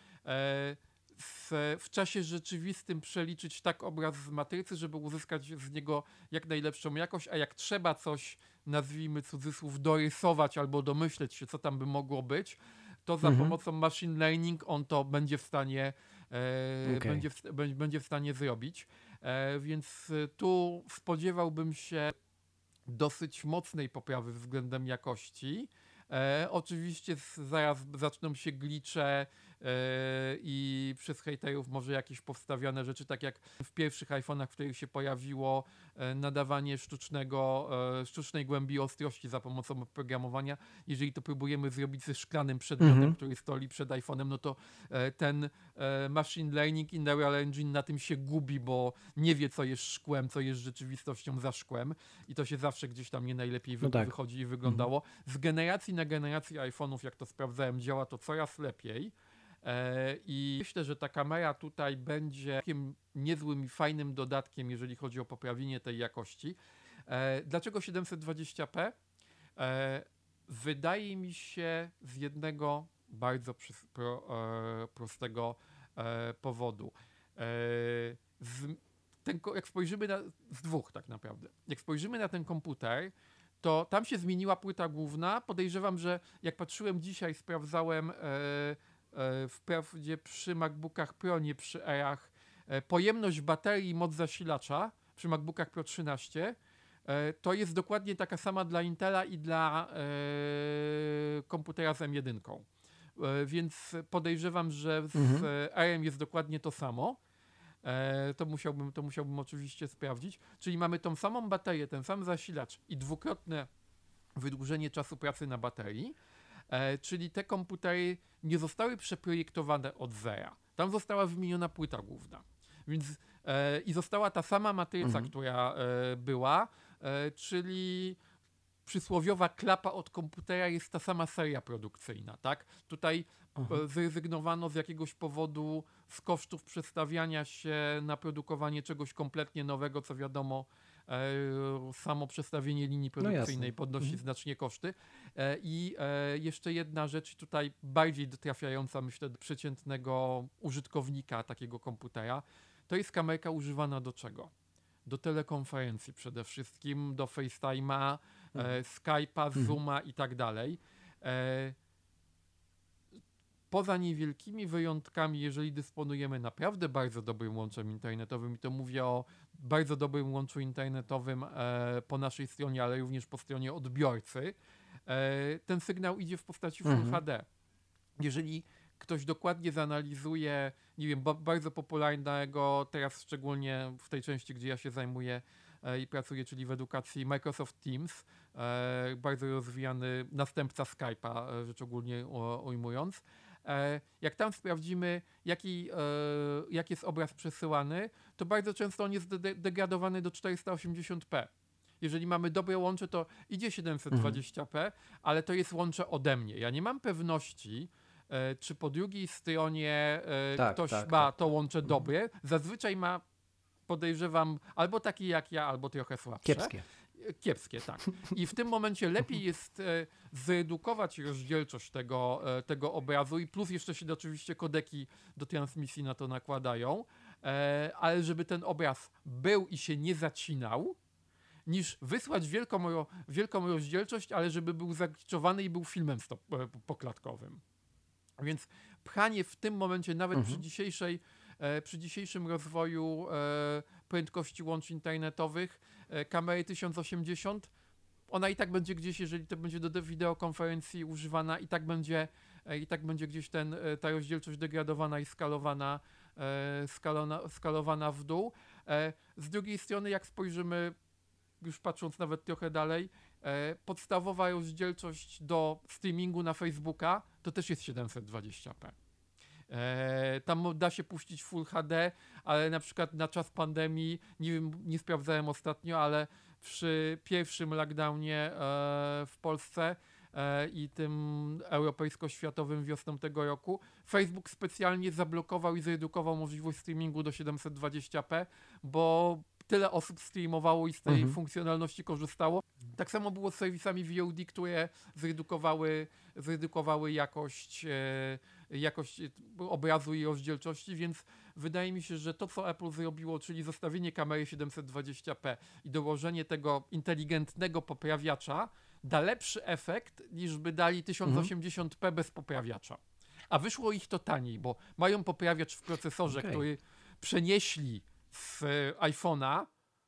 S2: w czasie rzeczywistym przeliczyć tak obraz z matrycy, żeby uzyskać z niego jak najlepszą jakość, a jak trzeba coś, nazwijmy cudzysłów, dorysować albo domyśleć się, co tam by mogło być, to za pomocą machine learning on to będzie w stanie, będzie w stanie zrobić. Więc tu spodziewałbym się dosyć mocnej poprawy względem jakości. Oczywiście zaraz zaczną się glitche i przez hejterów może jakieś powstawiane rzeczy, tak jak w pierwszych iPhone'ach, w których się pojawiło nadawanie sztucznej głębi ostrości za pomocą oprogramowania. Jeżeli to próbujemy zrobić ze szklanym przedmiotem, który stoi przed iPhone'em, no to ten machine learning i neural engine na tym się gubi, bo nie wie, co jest szkłem, co jest rzeczywistością za szkłem i to się zawsze gdzieś tam nie najlepiej wychodzi i wyglądało. Z generacji na generację iPhone'ów, jak to sprawdzałem, działa to coraz lepiej. I myślę, że ta kamera tutaj będzie takim niezłym i fajnym dodatkiem, jeżeli chodzi o poprawienie tej jakości. Dlaczego 720p? Wydaje mi się z jednego bardzo prostego powodu. Jak spojrzymy z dwóch tak naprawdę. Jak spojrzymy na ten komputer, to tam się zmieniła płyta główna. Podejrzewam, że jak patrzyłem dzisiaj, sprawdzałem wprawdzie przy MacBookach Pro, nie przy Airach, pojemność baterii i moc zasilacza przy MacBookach Pro 13 to jest dokładnie taka sama dla Intela i dla komputera z M1. Więc podejrzewam, że z Airem jest dokładnie to samo. To musiałbym oczywiście sprawdzić. Czyli mamy tą samą baterię, ten sam zasilacz i dwukrotne wydłużenie czasu pracy na baterii. Czyli te komputery nie zostały przeprojektowane od zera. Tam została wymieniona płyta główna. Więc i została ta sama matryca, która była, czyli przysłowiowa klapa od komputera, jest ta sama seria produkcyjna, tak? Tutaj zrezygnowano z jakiegoś powodu z kosztów przestawiania się na produkowanie czegoś kompletnie nowego, co wiadomo, samo przestawienie linii produkcyjnej podnosi znacznie koszty. I jeszcze jedna rzecz tutaj bardziej trafiająca, myślę, do przeciętnego użytkownika takiego komputera, to jest kamerka używana do czego? Do telekonferencji przede wszystkim, do FaceTime'a, Skype'a, Zooma i tak dalej. Poza niewielkimi wyjątkami, jeżeli dysponujemy naprawdę bardzo dobrym łączem internetowym, i to mówię o bardzo dobrym łączu internetowym po naszej stronie, ale również po stronie odbiorcy, ten sygnał idzie w postaci Full HD. Jeżeli ktoś dokładnie zanalizuje, nie wiem, bardzo popularnego teraz, szczególnie w tej części, gdzie ja się zajmuję i pracuję, czyli w edukacji, Microsoft Teams, bardzo rozwijany następca Skype'a, rzecz ogólnie ujmując, Jak tam sprawdzimy, jaki jest obraz przesyłany, to bardzo często on jest degradowany do 480p. Jeżeli mamy dobre łącze, to idzie 720p, ale to jest łącze ode mnie. Ja nie mam pewności, czy po drugiej stronie ktoś ma to łącze dobre. Zazwyczaj ma, podejrzewam, albo taki jak ja, albo trochę słabsze. Kiepskie, tak. I w tym momencie lepiej jest zredukować rozdzielczość tego obrazu i plus jeszcze się oczywiście kodeki do transmisji na to nakładają, ale żeby ten obraz był i się nie zacinał, niż wysłać wielką rozdzielczość, ale żeby był zagliczowany i był filmem poklatkowym. Więc pchanie w tym momencie, nawet przy dzisiejszym rozwoju prędkości łączy internetowych, kamery 1080, ona i tak będzie gdzieś, jeżeli to będzie do wideokonferencji używana, i tak będzie gdzieś ta rozdzielczość degradowana i skalowana w dół. Z drugiej strony, jak spojrzymy, już patrząc nawet trochę dalej, podstawowa rozdzielczość do streamingu na Facebooka to też jest 720p. Tam da się puścić Full HD, ale na przykład na czas pandemii, nie wiem, nie sprawdzałem ostatnio, ale przy pierwszym lockdownie w Polsce i tym europejsko-światowym wiosną tego roku, Facebook specjalnie zablokował i zredukował możliwość streamingu do 720p, bo tyle osób streamowało i z tej funkcjonalności korzystało. Tak samo było z serwisami VOD, które zredukowały jakość obrazu i rozdzielczości, więc wydaje mi się, że to, co Apple zrobiło, czyli zostawienie kamery 720p i dołożenie tego inteligentnego poprawiacza, da lepszy efekt, niż by dali 1080p bez poprawiacza. A wyszło ich to taniej, bo mają poprawiacz w procesorze, który przenieśli z iPhone'a,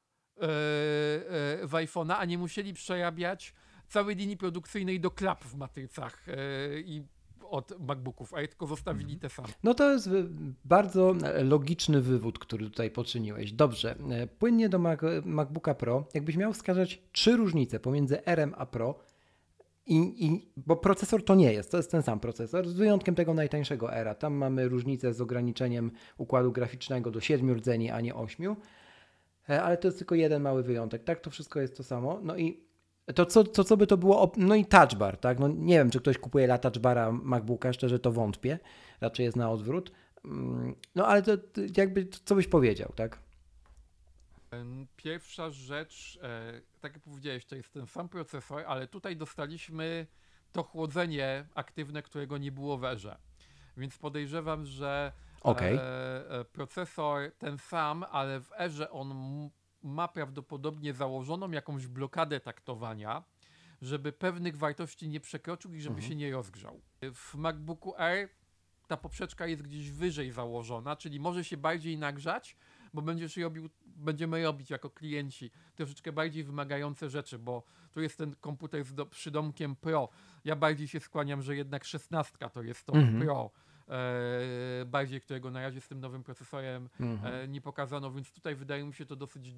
S2: a nie musieli przerabiać całej linii produkcyjnej do klap w matrycach i od MacBooków, a tylko zostawili te same.
S1: No to jest bardzo logiczny wywód, który tutaj poczyniłeś. Dobrze, płynnie do MacBooka Pro. Jakbyś miał wskazać 3 różnice pomiędzy R a Pro, bo procesor to nie jest, to jest ten sam procesor, z wyjątkiem tego najtańszego R. Tam mamy różnicę z ograniczeniem układu graficznego do 7 rdzeni, a nie 8. Ale to jest tylko jeden mały wyjątek, tak? To wszystko jest to samo. No i to co by to było? No i touch bar, tak? No nie wiem, czy ktoś kupuje dla touch bara MacBooka, szczerze to wątpię. Raczej jest na odwrót. No ale to jakby, co byś powiedział, tak?
S2: Pierwsza rzecz, tak jak powiedziałeś, to jest ten sam procesor, ale tutaj dostaliśmy to chłodzenie aktywne, którego nie było w Erze. Więc podejrzewam, że procesor ten sam, ale w Erze on ma prawdopodobnie założoną jakąś blokadę taktowania, żeby pewnych wartości nie przekroczył i żeby się nie rozgrzał. W MacBooku Air ta poprzeczka jest gdzieś wyżej założona, czyli może się bardziej nagrzać, bo będziemy robić jako klienci troszeczkę bardziej wymagające rzeczy, bo tu jest ten komputer z przydomkiem Pro. Ja bardziej się skłaniam, że jednak 16 to jest to Pro, bardziej, którego na razie z tym nowym procesorem nie pokazano, więc tutaj wydaje mi się to dosyć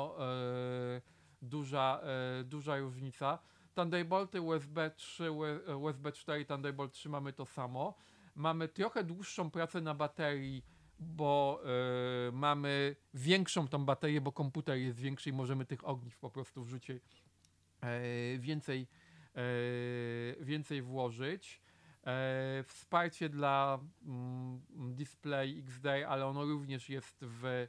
S2: duża różnica. Thunderbolty USB 3, USB 4, Thunderbolt 3 mamy to samo. Mamy trochę dłuższą pracę na baterii, bo mamy większą tą baterię, bo komputer jest większy i możemy tych ogniw po prostu wrzucić więcej włożyć. Wsparcie dla Display XD, ale ono również jest w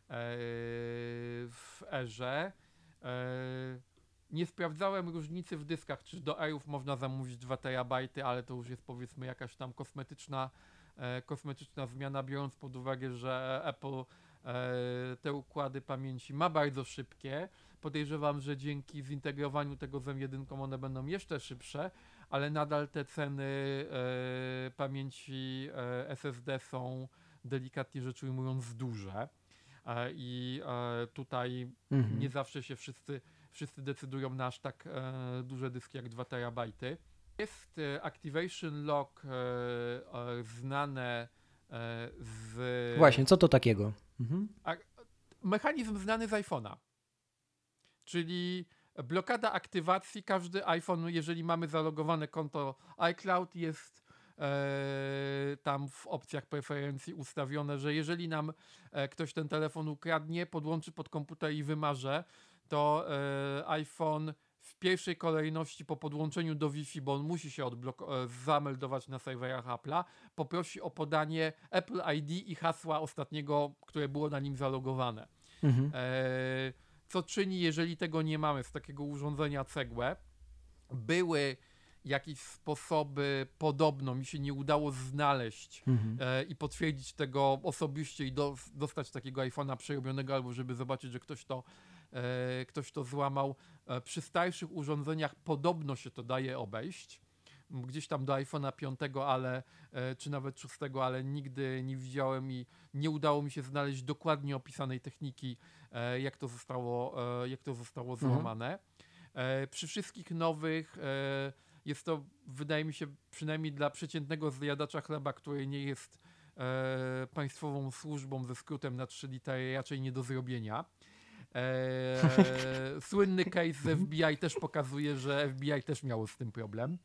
S2: Erze. Nie sprawdzałem różnicy w dyskach, czy do Airów można zamówić 2 terabajty, ale to już jest powiedzmy jakaś tam kosmetyczna zmiana, biorąc pod uwagę, że Apple te układy pamięci ma bardzo szybkie. Podejrzewam, że dzięki zintegrowaniu tego z M1 one będą jeszcze szybsze, ale nadal te ceny pamięci SSD są delikatnie rzecz ujmując duże. I tutaj nie zawsze się wszyscy decydują na aż tak duże dyski jak 2 terabajty. Jest Activation Lock znane z...
S1: Właśnie, co to takiego?
S2: Mechanizm znany z iPhone'a. Czyli blokada aktywacji. Każdy iPhone, jeżeli mamy zalogowane konto iCloud, jest tam w opcjach preferencji ustawione, że jeżeli nam ktoś ten telefon ukradnie, podłączy pod komputer i wymarze, to iPhone w pierwszej kolejności po podłączeniu do Wi-Fi, bo on musi się zameldować na serwerach Apple'a, poprosi o podanie Apple ID i hasła ostatniego, które było na nim zalogowane.
S1: Mhm.
S2: Co czyni, jeżeli tego nie mamy z takiego urządzenia cegłę, były jakieś sposoby, podobno mi się nie udało znaleźć i potwierdzić tego osobiście i dostać takiego iPhone'a przerobionego, albo żeby zobaczyć, że ktoś to złamał. Przy starszych urządzeniach podobno się to daje obejść. Gdzieś tam do iPhone'a 5, czy nawet 6, ale nigdy nie widziałem i nie udało mi się znaleźć dokładnie opisanej techniki, jak to zostało złamane. Przy wszystkich nowych jest to, wydaje mi się, przynajmniej dla przeciętnego zjadacza chleba, który nie jest państwową służbą ze skrótem na 3 litery, raczej nie do zrobienia. Słynny case z FBI też pokazuje, że FBI też miało z tym problem.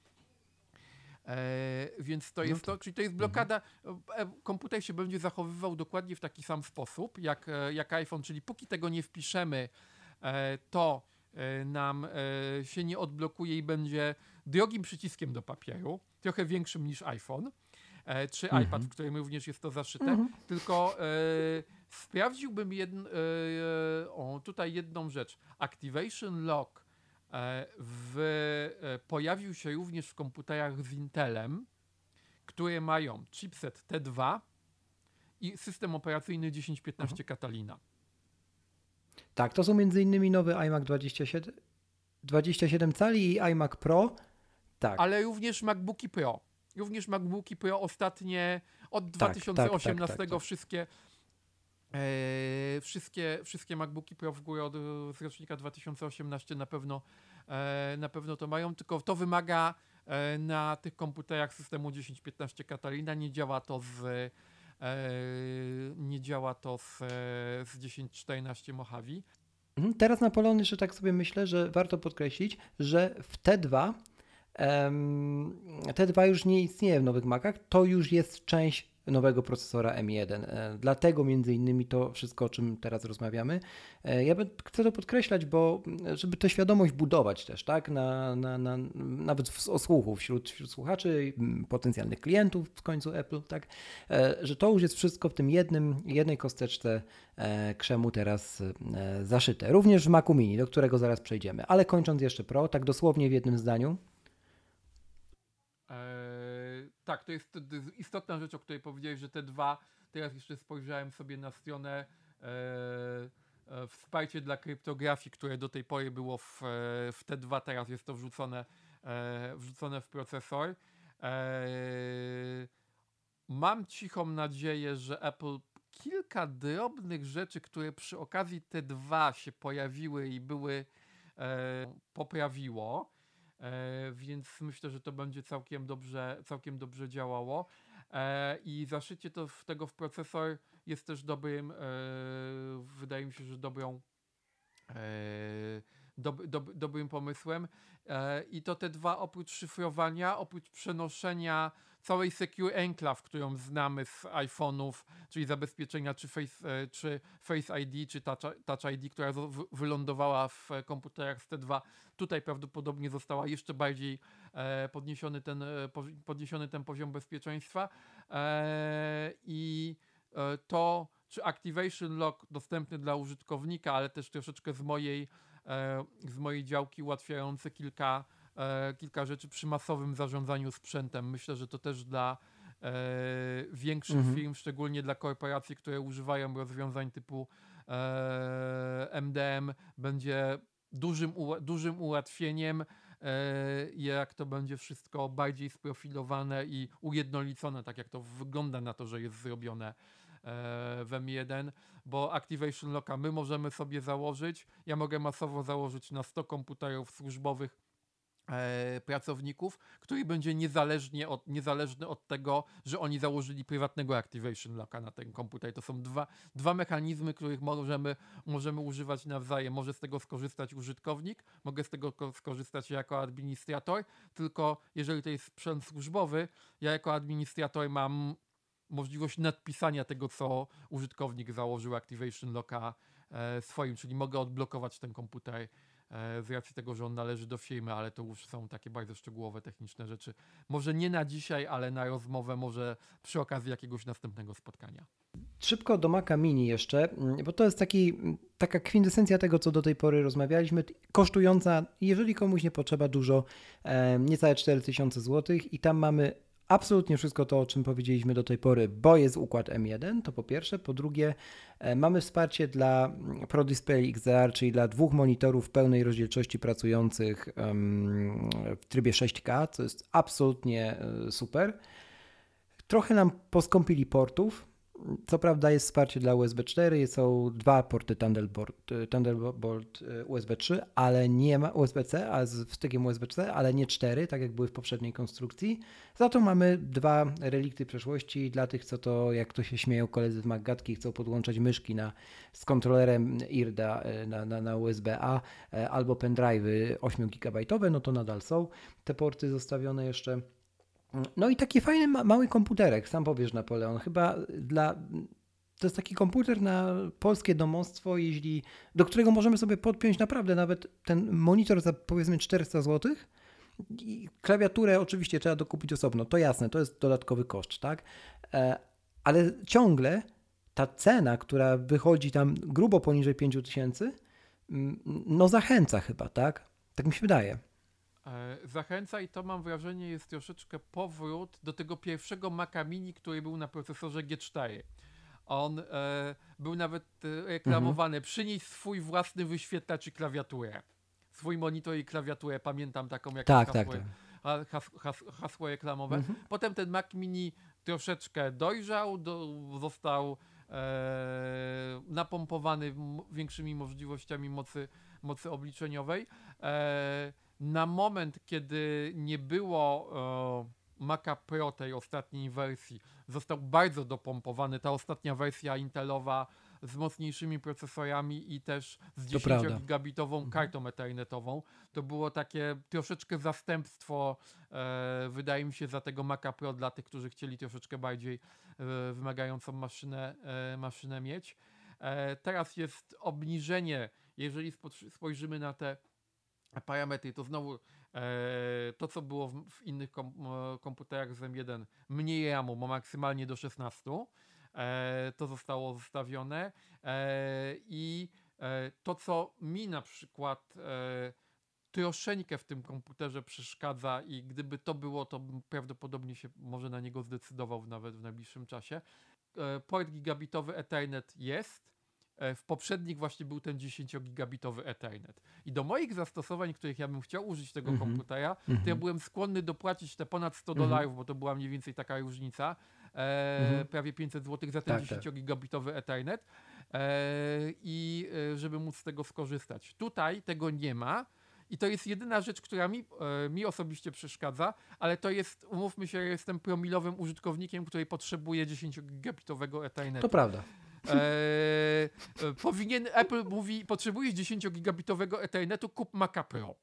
S2: Więc to jest to, czyli to jest blokada. Komputer się będzie zachowywał dokładnie w taki sam sposób jak iPhone, czyli póki tego nie wpiszemy, to nam się nie odblokuje i będzie drogim przyciskiem do papieru, trochę większym niż iPhone, czy iPad, w którym również jest to zaszyte, tylko sprawdziłbym tutaj jedną rzecz. Activation Lock pojawił się również w komputerach z Intelem, które mają chipset T2 i system operacyjny 1015 Catalina.
S1: Tak, to są m.in. nowy iMac 27 cali i iMac Pro. Tak.
S2: Ale również MacBooki Pro. Również MacBooki Pro ostatnie od 2018
S1: tak.
S2: Wszystkie MacBooki Pro w górę z rocznika 2018 na pewno to mają, tylko to wymaga na tych komputerach systemu 1015 Catalina. Nie działa to z 1014 Mojave.
S1: Teraz na Polony, że tak sobie myślę, że warto podkreślić, że w T2 już nie istnieje w nowych Macach, to już jest część nowego procesora M1. Dlatego między innymi to wszystko, o czym teraz rozmawiamy. Ja chcę to podkreślać, bo żeby tę świadomość budować też, tak, nawet o słuchu wśród słuchaczy, potencjalnych klientów w końcu Apple, tak, że to już jest wszystko w tym jednej kosteczce krzemu teraz zaszyte. Również w Macu Mini, do którego zaraz przejdziemy. Ale kończąc jeszcze Pro, tak dosłownie w jednym zdaniu.
S2: Tak, to jest istotna rzecz, o której powiedziałeś, że te dwa, teraz jeszcze spojrzałem sobie na stronę, wsparcie dla kryptografii, które do tej pory było w T2, teraz jest to wrzucone w procesor. Mam cichą nadzieję, że Apple kilka drobnych rzeczy, które przy okazji T2 się pojawiły i były, poprawiło. Więc myślę, że to będzie całkiem dobrze działało. I zaszycie tego w procesor jest też wydaje mi się, że dobrym pomysłem. I to te dwa, oprócz szyfrowania, oprócz przenoszenia całej Secure Enclave, którą znamy z iPhone'ów, czyli zabezpieczenia czy Face ID, czy Touch ID, która wylądowała w komputerach z T2, tutaj prawdopodobnie została jeszcze bardziej podniesiony ten poziom bezpieczeństwa. I to, czy Activation Lock dostępny dla użytkownika, ale też troszeczkę z mojej działki ułatwiające kilka rzeczy przy masowym zarządzaniu sprzętem. Myślę, że to też dla większych firm, szczególnie dla korporacji, które używają rozwiązań typu MDM, będzie dużym ułatwieniem, jak to będzie wszystko bardziej sprofilowane i ujednolicone, tak jak to wygląda na to, że jest zrobione w M1, bo Activation Locka my możemy sobie założyć, ja mogę masowo założyć na 100 komputerów służbowych pracowników, który będzie niezależny od tego, że oni założyli prywatnego activation locka na ten komputer. To są dwa mechanizmy, których możemy używać nawzajem. Może z tego skorzystać użytkownik, mogę z tego skorzystać jako administrator, tylko jeżeli to jest sprzęt służbowy, ja jako administrator mam możliwość nadpisania tego, co użytkownik założył activation locka swoim, czyli mogę odblokować ten komputer z racji tego, że on należy do firmy, ale to już są takie bardzo szczegółowe, techniczne rzeczy. Może nie na dzisiaj, ale na rozmowę, może przy okazji jakiegoś następnego spotkania.
S1: Szybko do Maca Mini jeszcze, bo to jest taka kwintesencja tego, co do tej pory rozmawialiśmy, kosztująca, jeżeli komuś nie potrzeba dużo, niecałe 4000 zł i tam mamy absolutnie wszystko to, o czym powiedzieliśmy do tej pory, bo jest układ M1, to po pierwsze. Po drugie, mamy wsparcie dla Pro Display XDR, czyli dla 2 monitorów pełnej rozdzielczości pracujących w trybie 6K, co jest absolutnie super. Trochę nam poskąpili portów. Co prawda jest wsparcie dla USB 4, są 2 porty Thunderbolt USB 3, ale nie ma USB-C, a z wstykiem USB-C, ale nie 4, tak jak były w poprzedniej konstrukcji. Za to mamy 2 relikty przeszłości dla tych, jak to się śmieją koledzy z Maggatki, chcą podłączać myszki z kontrolerem IRDA na USB-A albo pendrive'y 8 GB, no to nadal są te porty zostawione jeszcze. No i taki fajny, mały komputerek, sam powiesz, Napoleon. To jest taki komputer na polskie domostwo, do którego możemy sobie podpiąć naprawdę nawet ten monitor za powiedzmy 400 zł. I klawiaturę oczywiście trzeba dokupić osobno, to jasne, to jest dodatkowy koszt, tak? Ale ciągle ta cena, która wychodzi tam grubo poniżej 5000, no zachęca chyba, tak? Tak mi się wydaje.
S2: Zachęca i to mam wrażenie jest troszeczkę powrót do tego pierwszego Maca Mini, który był na procesorze G4. On był nawet reklamowany. Przynieś swój własny wyświetlacz i klawiaturę. Swój monitor i klawiaturę. Pamiętam taką jakieś hasło reklamowe. Potem ten Mac Mini troszeczkę dojrzał, został napompowany większymi możliwościami mocy obliczeniowej. Na moment, kiedy nie było Maca Pro tej ostatniej wersji, został bardzo dopompowany. Ta ostatnia wersja Intelowa z mocniejszymi procesorami i też z 10-gigabitową kartą ethernetową. To było takie troszeczkę zastępstwo, wydaje mi się, za tego Maca Pro dla tych, którzy chcieli troszeczkę bardziej wymagającą maszynę mieć. Teraz jest obniżenie, jeżeli spojrzymy na te parametry, to znowu to, co było w innych komputerach z M1, mniej RAM-u, bo maksymalnie do 16, to zostało zostawione i to, co mi na przykład troszeczkę w tym komputerze przeszkadza i gdyby to było, to bym prawdopodobnie się może na niego zdecydował nawet w najbliższym czasie. Port gigabitowy Ethernet jest. W poprzednich właśnie był ten 10-gigabitowy Ethernet. I do moich zastosowań, których ja bym chciał użyć tego komputera, to ja byłem skłonny dopłacić te ponad $100, bo to była mniej więcej taka różnica, prawie 500 zł za ten 10-gigabitowy Ethernet i żeby móc z tego skorzystać. Tutaj tego nie ma. I to jest jedyna rzecz, która mi osobiście przeszkadza, ale to jest, umówmy się, jestem promilowym użytkownikiem, który potrzebuje 10-gigabitowego Ethernetu.
S1: To prawda.
S2: Apple mówi, potrzebujesz 10-gigabitowego Ethernetu, kup Maca Pro.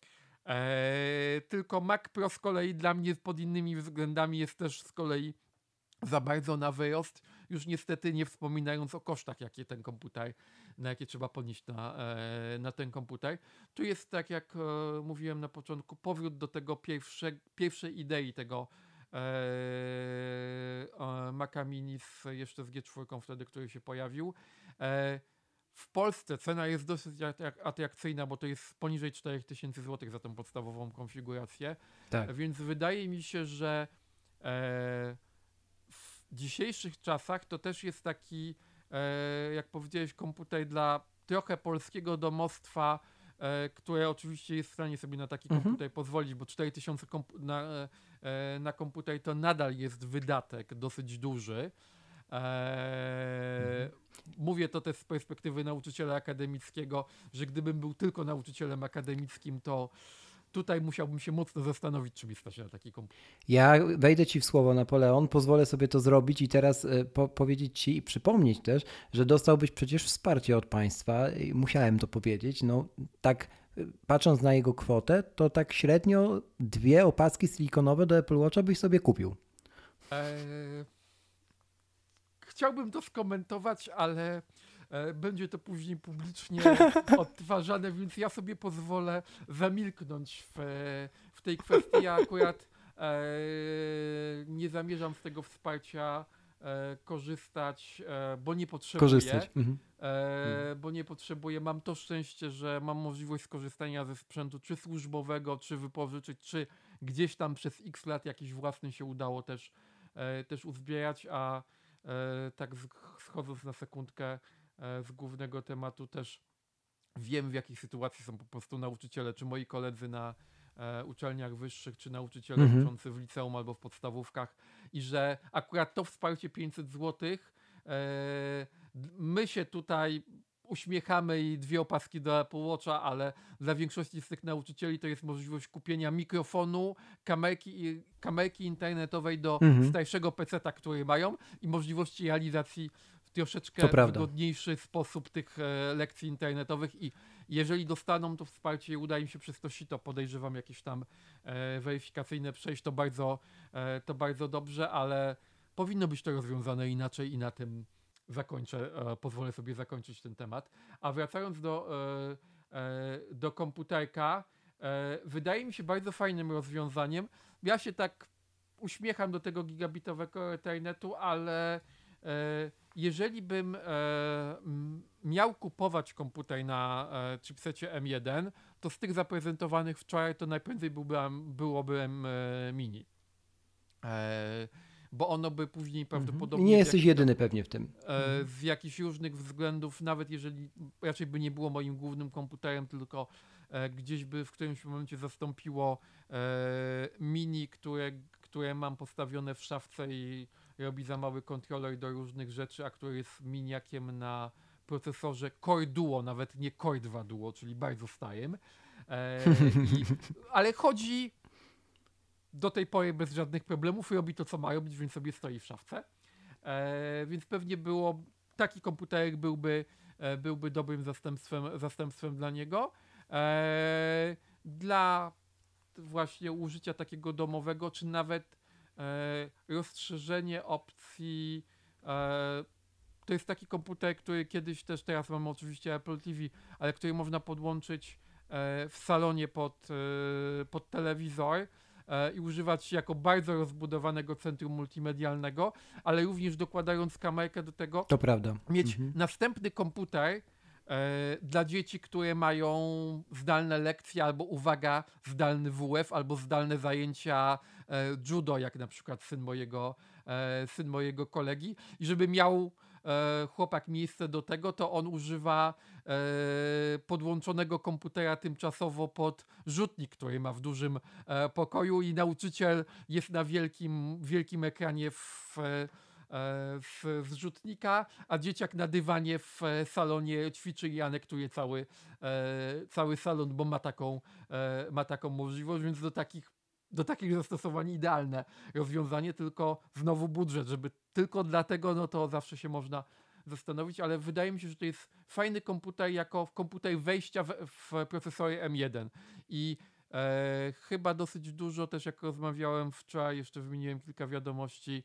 S2: Tylko Mac Pro z kolei dla mnie pod innymi względami jest też z kolei za bardzo na wyrost, już niestety nie wspominając o kosztach, jakie trzeba ponieść na ten komputer. Tu jest, tak jak mówiłem na początku, powrót do tego pierwszej idei tego Maca Mini jeszcze z G4 wtedy, który się pojawił. W Polsce cena jest dosyć atrakcyjna, bo to jest poniżej 4000 zł za tą podstawową konfigurację.
S1: Tak.
S2: Więc wydaje mi się, że w dzisiejszych czasach to też jest taki, jak powiedziałeś, komputer dla trochę polskiego domostwa, które oczywiście jest w stanie sobie na taki komputer pozwolić, bo 4000 na komputer to nadal jest wydatek dosyć duży. Mówię to też z perspektywy nauczyciela akademickiego, że gdybym był tylko nauczycielem akademickim, to tutaj musiałbym się mocno zastanowić, czy mi stać na taki komputer.
S1: Ja wejdę ci w słowo, Napoleon, pozwolę sobie to zrobić i teraz powiedzieć ci i przypomnieć też, że dostałbyś przecież wsparcie od państwa i musiałem to powiedzieć. No tak patrząc na jego kwotę, to tak średnio 2 opaski silikonowe do Apple Watcha byś sobie kupił.
S2: Chciałbym to skomentować, ale będzie to później publicznie odtwarzane, więc ja sobie pozwolę zamilknąć w tej kwestii. Ja akurat nie zamierzam z tego wsparcia korzystać, bo nie potrzebuję. Bo nie potrzebuję. Mam to szczęście, że mam możliwość skorzystania ze sprzętu czy służbowego, czy wypożyczyć, czy gdzieś tam przez x lat jakiś własny się udało też uzbierać, a tak schodząc na sekundkę z głównego tematu, też wiem, w jakiej sytuacji są po prostu nauczyciele, czy moi koledzy na uczelniach wyższych, czy nauczyciele uczący w liceum albo w podstawówkach i że akurat to wsparcie 500 zł, my się tutaj uśmiechamy i 2 opaski do Apple Watcha, ale dla większości z tych nauczycieli to jest możliwość kupienia mikrofonu, kamerki internetowej do starszego PC-ta, który mają i możliwości realizacji w troszeczkę wygodniejszy sposób tych lekcji internetowych i jeżeli dostaną to wsparcie i uda im się przez to sito, podejrzewam, jakieś tam weryfikacyjne przejść, to bardzo dobrze, ale powinno być to rozwiązane inaczej i na tym pozwolę sobie zakończyć ten temat. A wracając do komputerka, wydaje mi się bardzo fajnym rozwiązaniem. Ja się tak uśmiecham do tego gigabitowego Ethernetu, ale jeżeli bym miał kupować komputer na chipsecie M1, to z tych zaprezentowanych wczoraj to najprędzej byłoby mini. Bo ono by później prawdopodobnie...
S1: Nie jesteś jedyny pewnie w tym.
S2: Z jakichś różnych względów, nawet jeżeli raczej by nie było moim głównym komputerem, tylko gdzieś by w którymś momencie zastąpiło mini, które mam postawione w szafce i robi za mały kontroler do różnych rzeczy, a który jest miniakiem na procesorze Core Duo, nawet nie Core 2 Duo, czyli bardzo starym. Ale chodzi do tej pory bez żadnych problemów, robi to, co ma robić, więc sobie stoi w szafce. Więc pewnie taki komputerek byłby dobrym zastępstwem dla niego. Dla właśnie użycia takiego domowego, czy nawet rozszerzenie opcji. To jest taki komputer, który kiedyś też, teraz mamy oczywiście Apple TV, ale który można podłączyć w salonie pod telewizor i używać jako bardzo rozbudowanego centrum multimedialnego, ale również dokładając kamerkę do tego,
S1: to prawda.
S2: Mieć następny komputer dla dzieci, które mają zdalne lekcje albo, uwaga, zdalny WF albo zdalne zajęcia judo, jak na przykład syn mojego kolegi, i żeby miał chłopak miejsce do tego, to on używa podłączonego komputera tymczasowo pod rzutnik, który ma w dużym pokoju i nauczyciel jest na wielkim ekranie z rzutnika, a dzieciak na dywanie w salonie ćwiczy i anektuje cały salon, bo ma taką możliwość, więc do takich zastosowań idealne rozwiązanie, tylko znowu budżet, żeby tylko dlatego, no to zawsze się można zastanowić, ale wydaje mi się, że to jest fajny komputer jako komputer wejścia w procesory M1 i chyba dosyć dużo też, jak rozmawiałem wczoraj, jeszcze wymieniłem kilka wiadomości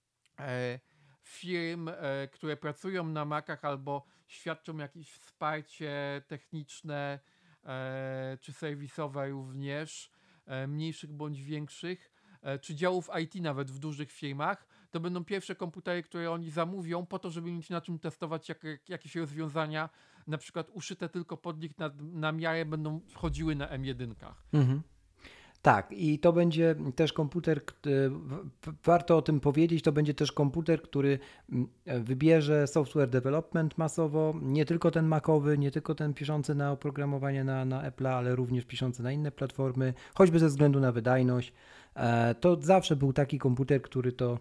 S2: firm, które pracują na Macach albo świadczą jakieś wsparcie techniczne czy serwisowe również, mniejszych bądź większych, czy działów IT nawet w dużych firmach, to będą pierwsze komputery, które oni zamówią po to, żeby mieć na czym testować jakieś rozwiązania, na przykład uszyte tylko pod nich na miarę będą wchodziły na M1-kach.
S1: Tak, i to będzie też komputer, warto o tym powiedzieć, to będzie też komputer, który wybierze software development masowo, nie tylko ten macowy, nie tylko ten piszący na oprogramowanie na Apple'a, ale również piszący na inne platformy, choćby ze względu na wydajność. To zawsze był taki komputer, który to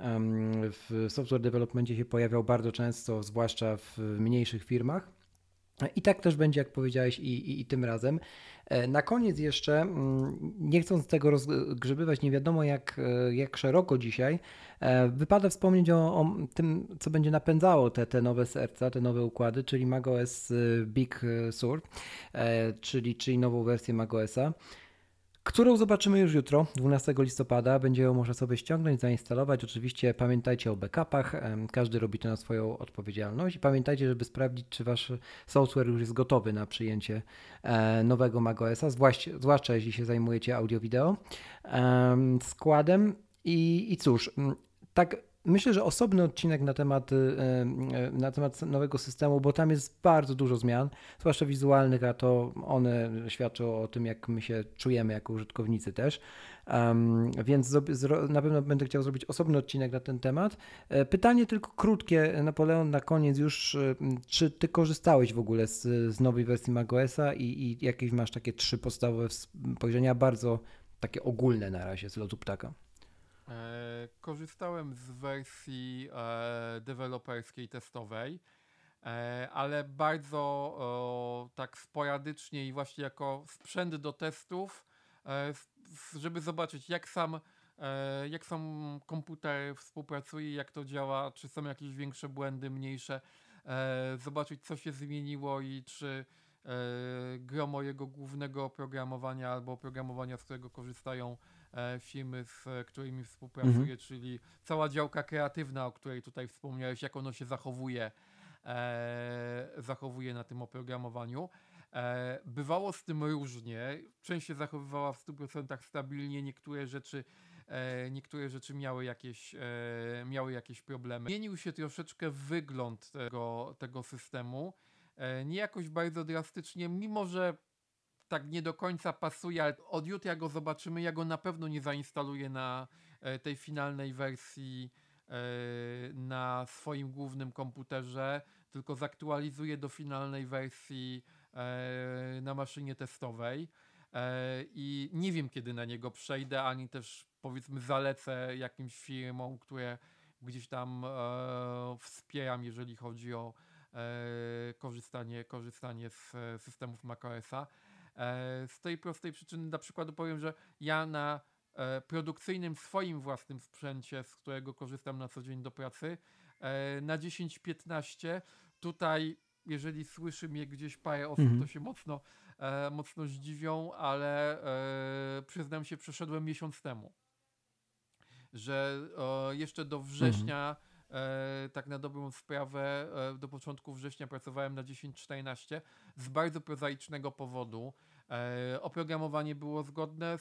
S1: w software developmentie się pojawiał bardzo często, zwłaszcza w mniejszych firmach. I tak też będzie, jak powiedziałeś, i tym razem. Na koniec jeszcze, nie chcąc tego rozgrzebywać nie wiadomo jak szeroko dzisiaj, wypada wspomnieć o tym, co będzie napędzało te nowe serca, te nowe układy, czyli macOS Big Sur, czyli nową wersję macOSa, którą zobaczymy już jutro, 12 listopada. Będzie ją można sobie ściągnąć, zainstalować. Oczywiście pamiętajcie o backupach, każdy robi to na swoją odpowiedzialność i pamiętajcie, żeby sprawdzić, czy wasz software już jest gotowy na przyjęcie nowego macOSa, zwłaszcza jeśli się zajmujecie audio-wideo składem. I cóż, tak myślę, że osobny odcinek na temat nowego systemu, bo tam jest bardzo dużo zmian, zwłaszcza wizualnych, a to one świadczą o tym, jak my się czujemy jako użytkownicy też. Więc na pewno będę chciał zrobić osobny odcinek na ten temat. Pytanie tylko krótkie, Napoleon, na koniec już. Czy ty korzystałeś w ogóle z nowej wersji macOSa i jakieś masz takie 3 podstawowe spojrzenia, bardzo takie ogólne na razie z lotu ptaka?
S2: Korzystałem z wersji deweloperskiej, testowej, ale bardzo tak sporadycznie i właśnie jako sprzęt do testów, żeby zobaczyć jak sam komputer współpracuje, jak to działa, czy są jakieś większe błędy, mniejsze, zobaczyć co się zmieniło i czy gro mojego głównego oprogramowania albo oprogramowania, z którego korzystają firmy, z którymi współpracuję, czyli cała działka kreatywna, o której tutaj wspomniałeś, jak ono się zachowuje na tym oprogramowaniu. Bywało z tym różnie. Część się zachowywała w 100% stabilnie, niektóre rzeczy miały jakieś problemy. Zmienił się troszeczkę wygląd tego systemu. Nie jakoś bardzo drastycznie, mimo że tak nie do końca pasuje, ale od jutra go zobaczymy. Ja go na pewno nie zainstaluję na tej finalnej wersji na swoim głównym komputerze, tylko zaktualizuję do finalnej wersji na maszynie testowej i nie wiem, kiedy na niego przejdę, ani też powiedzmy zalecę jakimś firmom, które gdzieś tam wspieram, jeżeli chodzi o korzystanie z systemów macOSa. Z tej prostej przyczyny, na przykład powiem, że ja na produkcyjnym swoim własnym sprzęcie, z którego korzystam na co dzień do pracy, na 10-15, tutaj jeżeli słyszy mnie gdzieś parę osób, to się mocno zdziwią, ale przyznam się, przeszedłem miesiąc temu, że jeszcze do września, tak na dobrą sprawę, do początku września pracowałem na 10.14 z bardzo prozaicznego powodu. Oprogramowanie było zgodne,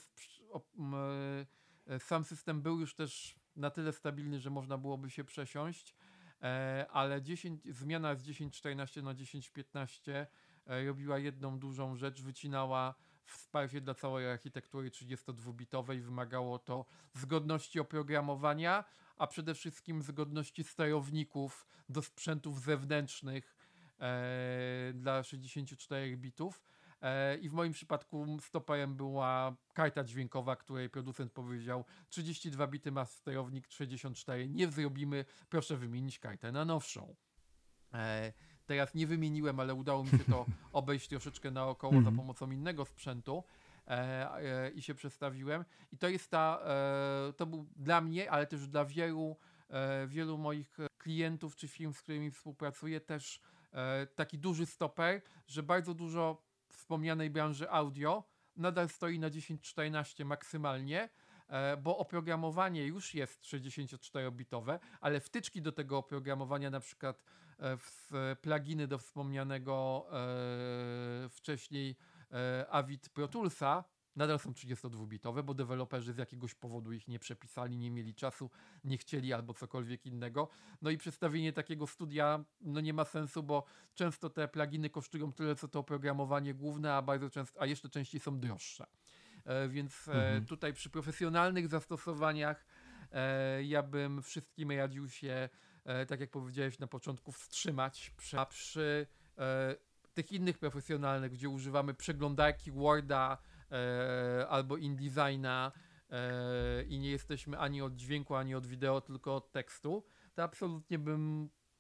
S2: sam system był już też na tyle stabilny, że można byłoby się przesiąść, ale zmiana z 10.14 na 10.15 robiła jedną dużą rzecz, wycinała wsparcie dla całej architektury 32-bitowej, wymagało to zgodności oprogramowania, a przede wszystkim zgodności sterowników do sprzętów zewnętrznych dla 64 bitów. I w moim przypadku stoperem była karta dźwiękowa, której producent powiedział: 32 bity ma sterownik, 64 nie zrobimy, proszę wymienić kartę na nowszą. Teraz nie wymieniłem, ale udało mi się to obejść troszeczkę naokoło za pomocą innego sprzętu i się przestawiłem. I to jest to był dla mnie, ale też dla wielu moich klientów czy firm, z którymi współpracuję, też taki duży stoper, że bardzo dużo wspomnianej branży audio nadal stoi na 10.14 maksymalnie, bo oprogramowanie już jest 64-bitowe, ale wtyczki do tego oprogramowania, na przykład pluginy do wspomnianego wcześniej Avid Pro Toolsa, nadal są 32-bitowe, bo deweloperzy z jakiegoś powodu ich nie przepisali, nie mieli czasu, nie chcieli albo cokolwiek innego. No i przedstawienie takiego studia nie ma sensu, bo często te pluginy kosztują tyle, co to oprogramowanie główne, a jeszcze częściej są droższe. Więc tutaj przy profesjonalnych zastosowaniach ja bym wszystkim radził się, tak jak powiedziałeś na początku, wstrzymać. A przy tych innych profesjonalnych, gdzie używamy przeglądarki Worda albo InDesigna i nie jesteśmy ani od dźwięku, ani od wideo, tylko od tekstu, to absolutnie bym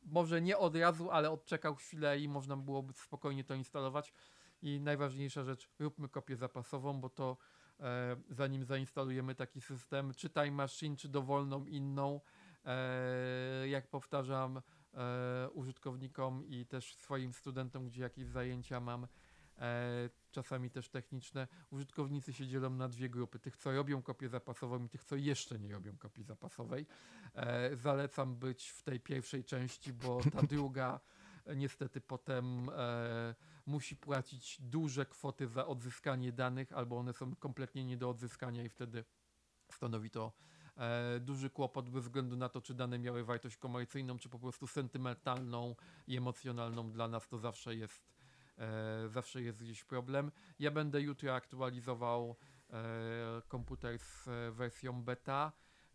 S2: może nie od razu, ale odczekał chwilę i można byłoby spokojnie to instalować. I najważniejsza rzecz, róbmy kopię zapasową, bo to zanim zainstalujemy taki system, czy Time Machine, czy dowolną inną, jak powtarzam użytkownikom i też swoim studentom, gdzie jakieś zajęcia mam, czasami też techniczne, użytkownicy się dzielą na dwie grupy, tych co robią kopię zapasową i tych co jeszcze nie robią kopii zapasowej. Zalecam być w tej pierwszej części, bo ta druga niestety potem musi płacić duże kwoty za odzyskanie danych, albo one są kompletnie nie do odzyskania i wtedy stanowi to duży kłopot bez względu na to, czy dane miały wartość komercyjną, czy po prostu sentymentalną i emocjonalną. Dla nas to zawsze jest gdzieś problem. Ja będę jutro aktualizował komputer z wersją beta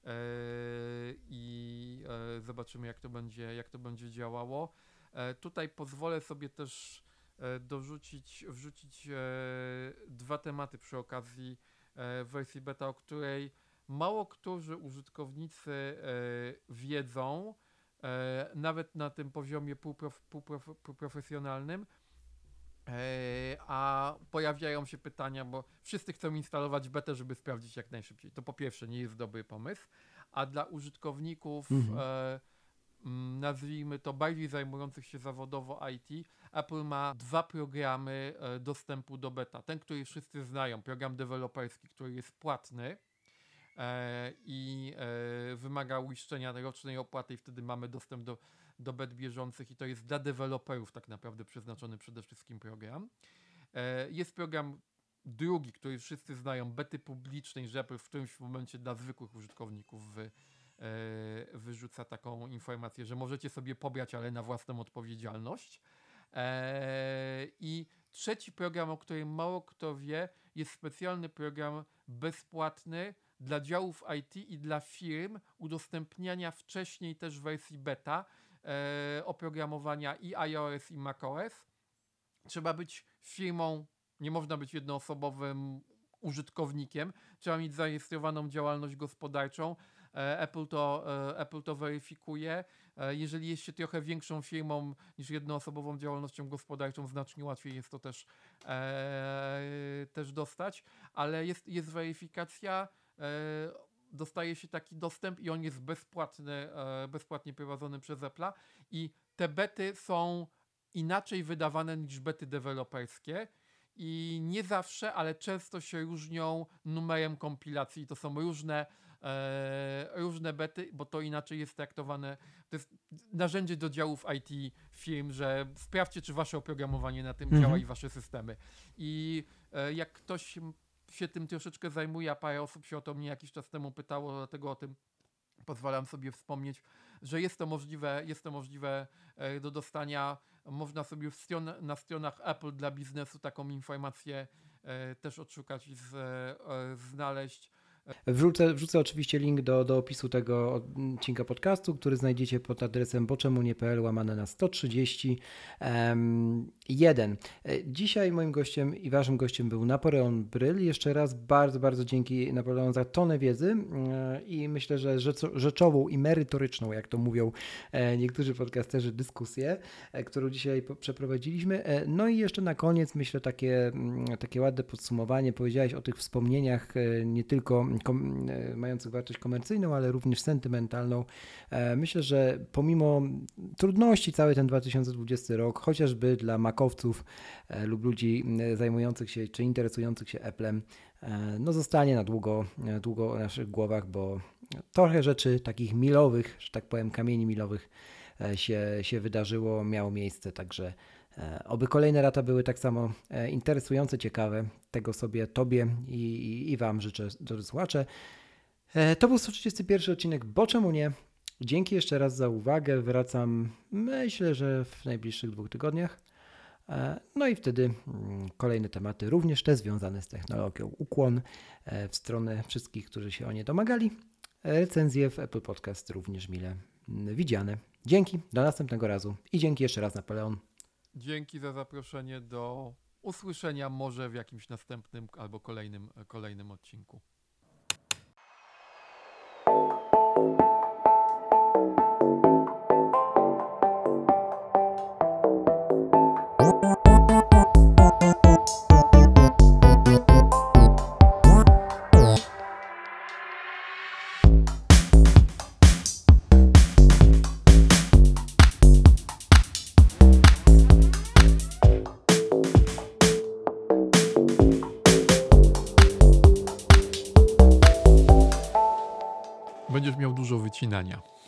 S2: i zobaczymy jak to będzie działało. Tutaj pozwolę sobie też wrzucić dwa tematy przy okazji wersji beta, o której mało którzy użytkownicy wiedzą, nawet na tym poziomie półprofesjonalnym, a pojawiają się pytania, bo wszyscy chcą instalować betę, żeby sprawdzić jak najszybciej. To po pierwsze nie jest dobry pomysł, a dla użytkowników nazwijmy to bardziej zajmujących się zawodowo IT, Apple ma dwa programy dostępu do beta. Ten, który wszyscy znają, program deweloperski, który jest płatny i wymaga uiszczenia rocznej opłaty i wtedy mamy dostęp do bet bieżących i to jest dla deweloperów tak naprawdę przeznaczony przede wszystkim program. Jest program drugi, który wszyscy znają, bety publicznej, że Apple w którymś momencie dla zwykłych użytkowników wyrzuca taką informację, że możecie sobie pobrać, ale na własną odpowiedzialność. I trzeci program, o którym mało kto wie, jest specjalny program bezpłatny dla działów IT i dla firm udostępniania wcześniej też wersji beta oprogramowania i iOS i macOS. Trzeba być firmą, nie można być jednoosobowym użytkownikiem, trzeba mieć zarejestrowaną działalność gospodarczą. Apple to weryfikuje. Jeżeli jest się trochę większą firmą niż jednoosobową działalnością gospodarczą, znacznie łatwiej jest to też dostać, ale jest weryfikacja, dostaje się taki dostęp i on jest bezpłatnie prowadzony przez Apple'a i te bety są inaczej wydawane niż bety deweloperskie i nie zawsze, ale często się różnią numerem kompilacji. To są różne bety, bo to inaczej jest traktowane. To jest narzędzie do działów IT firm, że sprawdźcie, czy wasze oprogramowanie na tym działa i wasze systemy. I jak ktoś się tym troszeczkę zajmuje, a parę osób się o to mnie jakiś czas temu pytało, dlatego o tym pozwalam sobie wspomnieć, że jest to możliwe do dostania. Można sobie na stronach Apple dla biznesu taką informację też odszukać i znaleźć.
S1: Wrzucę oczywiście link do opisu tego odcinka podcastu, który znajdziecie pod adresem boczemunie.pl/131. Dzisiaj moim gościem i waszym gościem był Napoleon Bryl. Jeszcze raz bardzo, bardzo dzięki Napoleon za tonę wiedzy i myślę, że rzeczową i merytoryczną, jak to mówią niektórzy podcasterzy, dyskusję, którą dzisiaj przeprowadziliśmy. No i jeszcze na koniec myślę takie ładne podsumowanie. Powiedziałeś o tych wspomnieniach nie tylko mających wartość komercyjną, ale również sentymentalną. Myślę, że pomimo trudności cały ten 2020 rok, chociażby dla makowców lub ludzi zajmujących się czy interesujących się Applem, no zostanie na długo w naszych głowach, bo trochę rzeczy takich milowych, że tak powiem kamieni milowych się wydarzyło, miało miejsce, także oby kolejne lata były tak samo interesujące, ciekawe. Tego sobie Tobie i Wam życzę, drodzy słuchacze. To był 131 odcinek, bo czemu nie? Dzięki jeszcze raz za uwagę. Wracam, myślę, że w najbliższych 2 tygodniach. No i wtedy kolejne tematy, również te związane z technologią. Ukłon w stronę wszystkich, którzy się o nie domagali. Recenzje w Apple Podcast również mile widziane. Dzięki, do następnego razu i dzięki jeszcze raz, Napoleon.
S2: Dzięki za zaproszenie, do usłyszenia może w jakimś następnym albo kolejnym odcinku. będziesz miał dużo wycinania.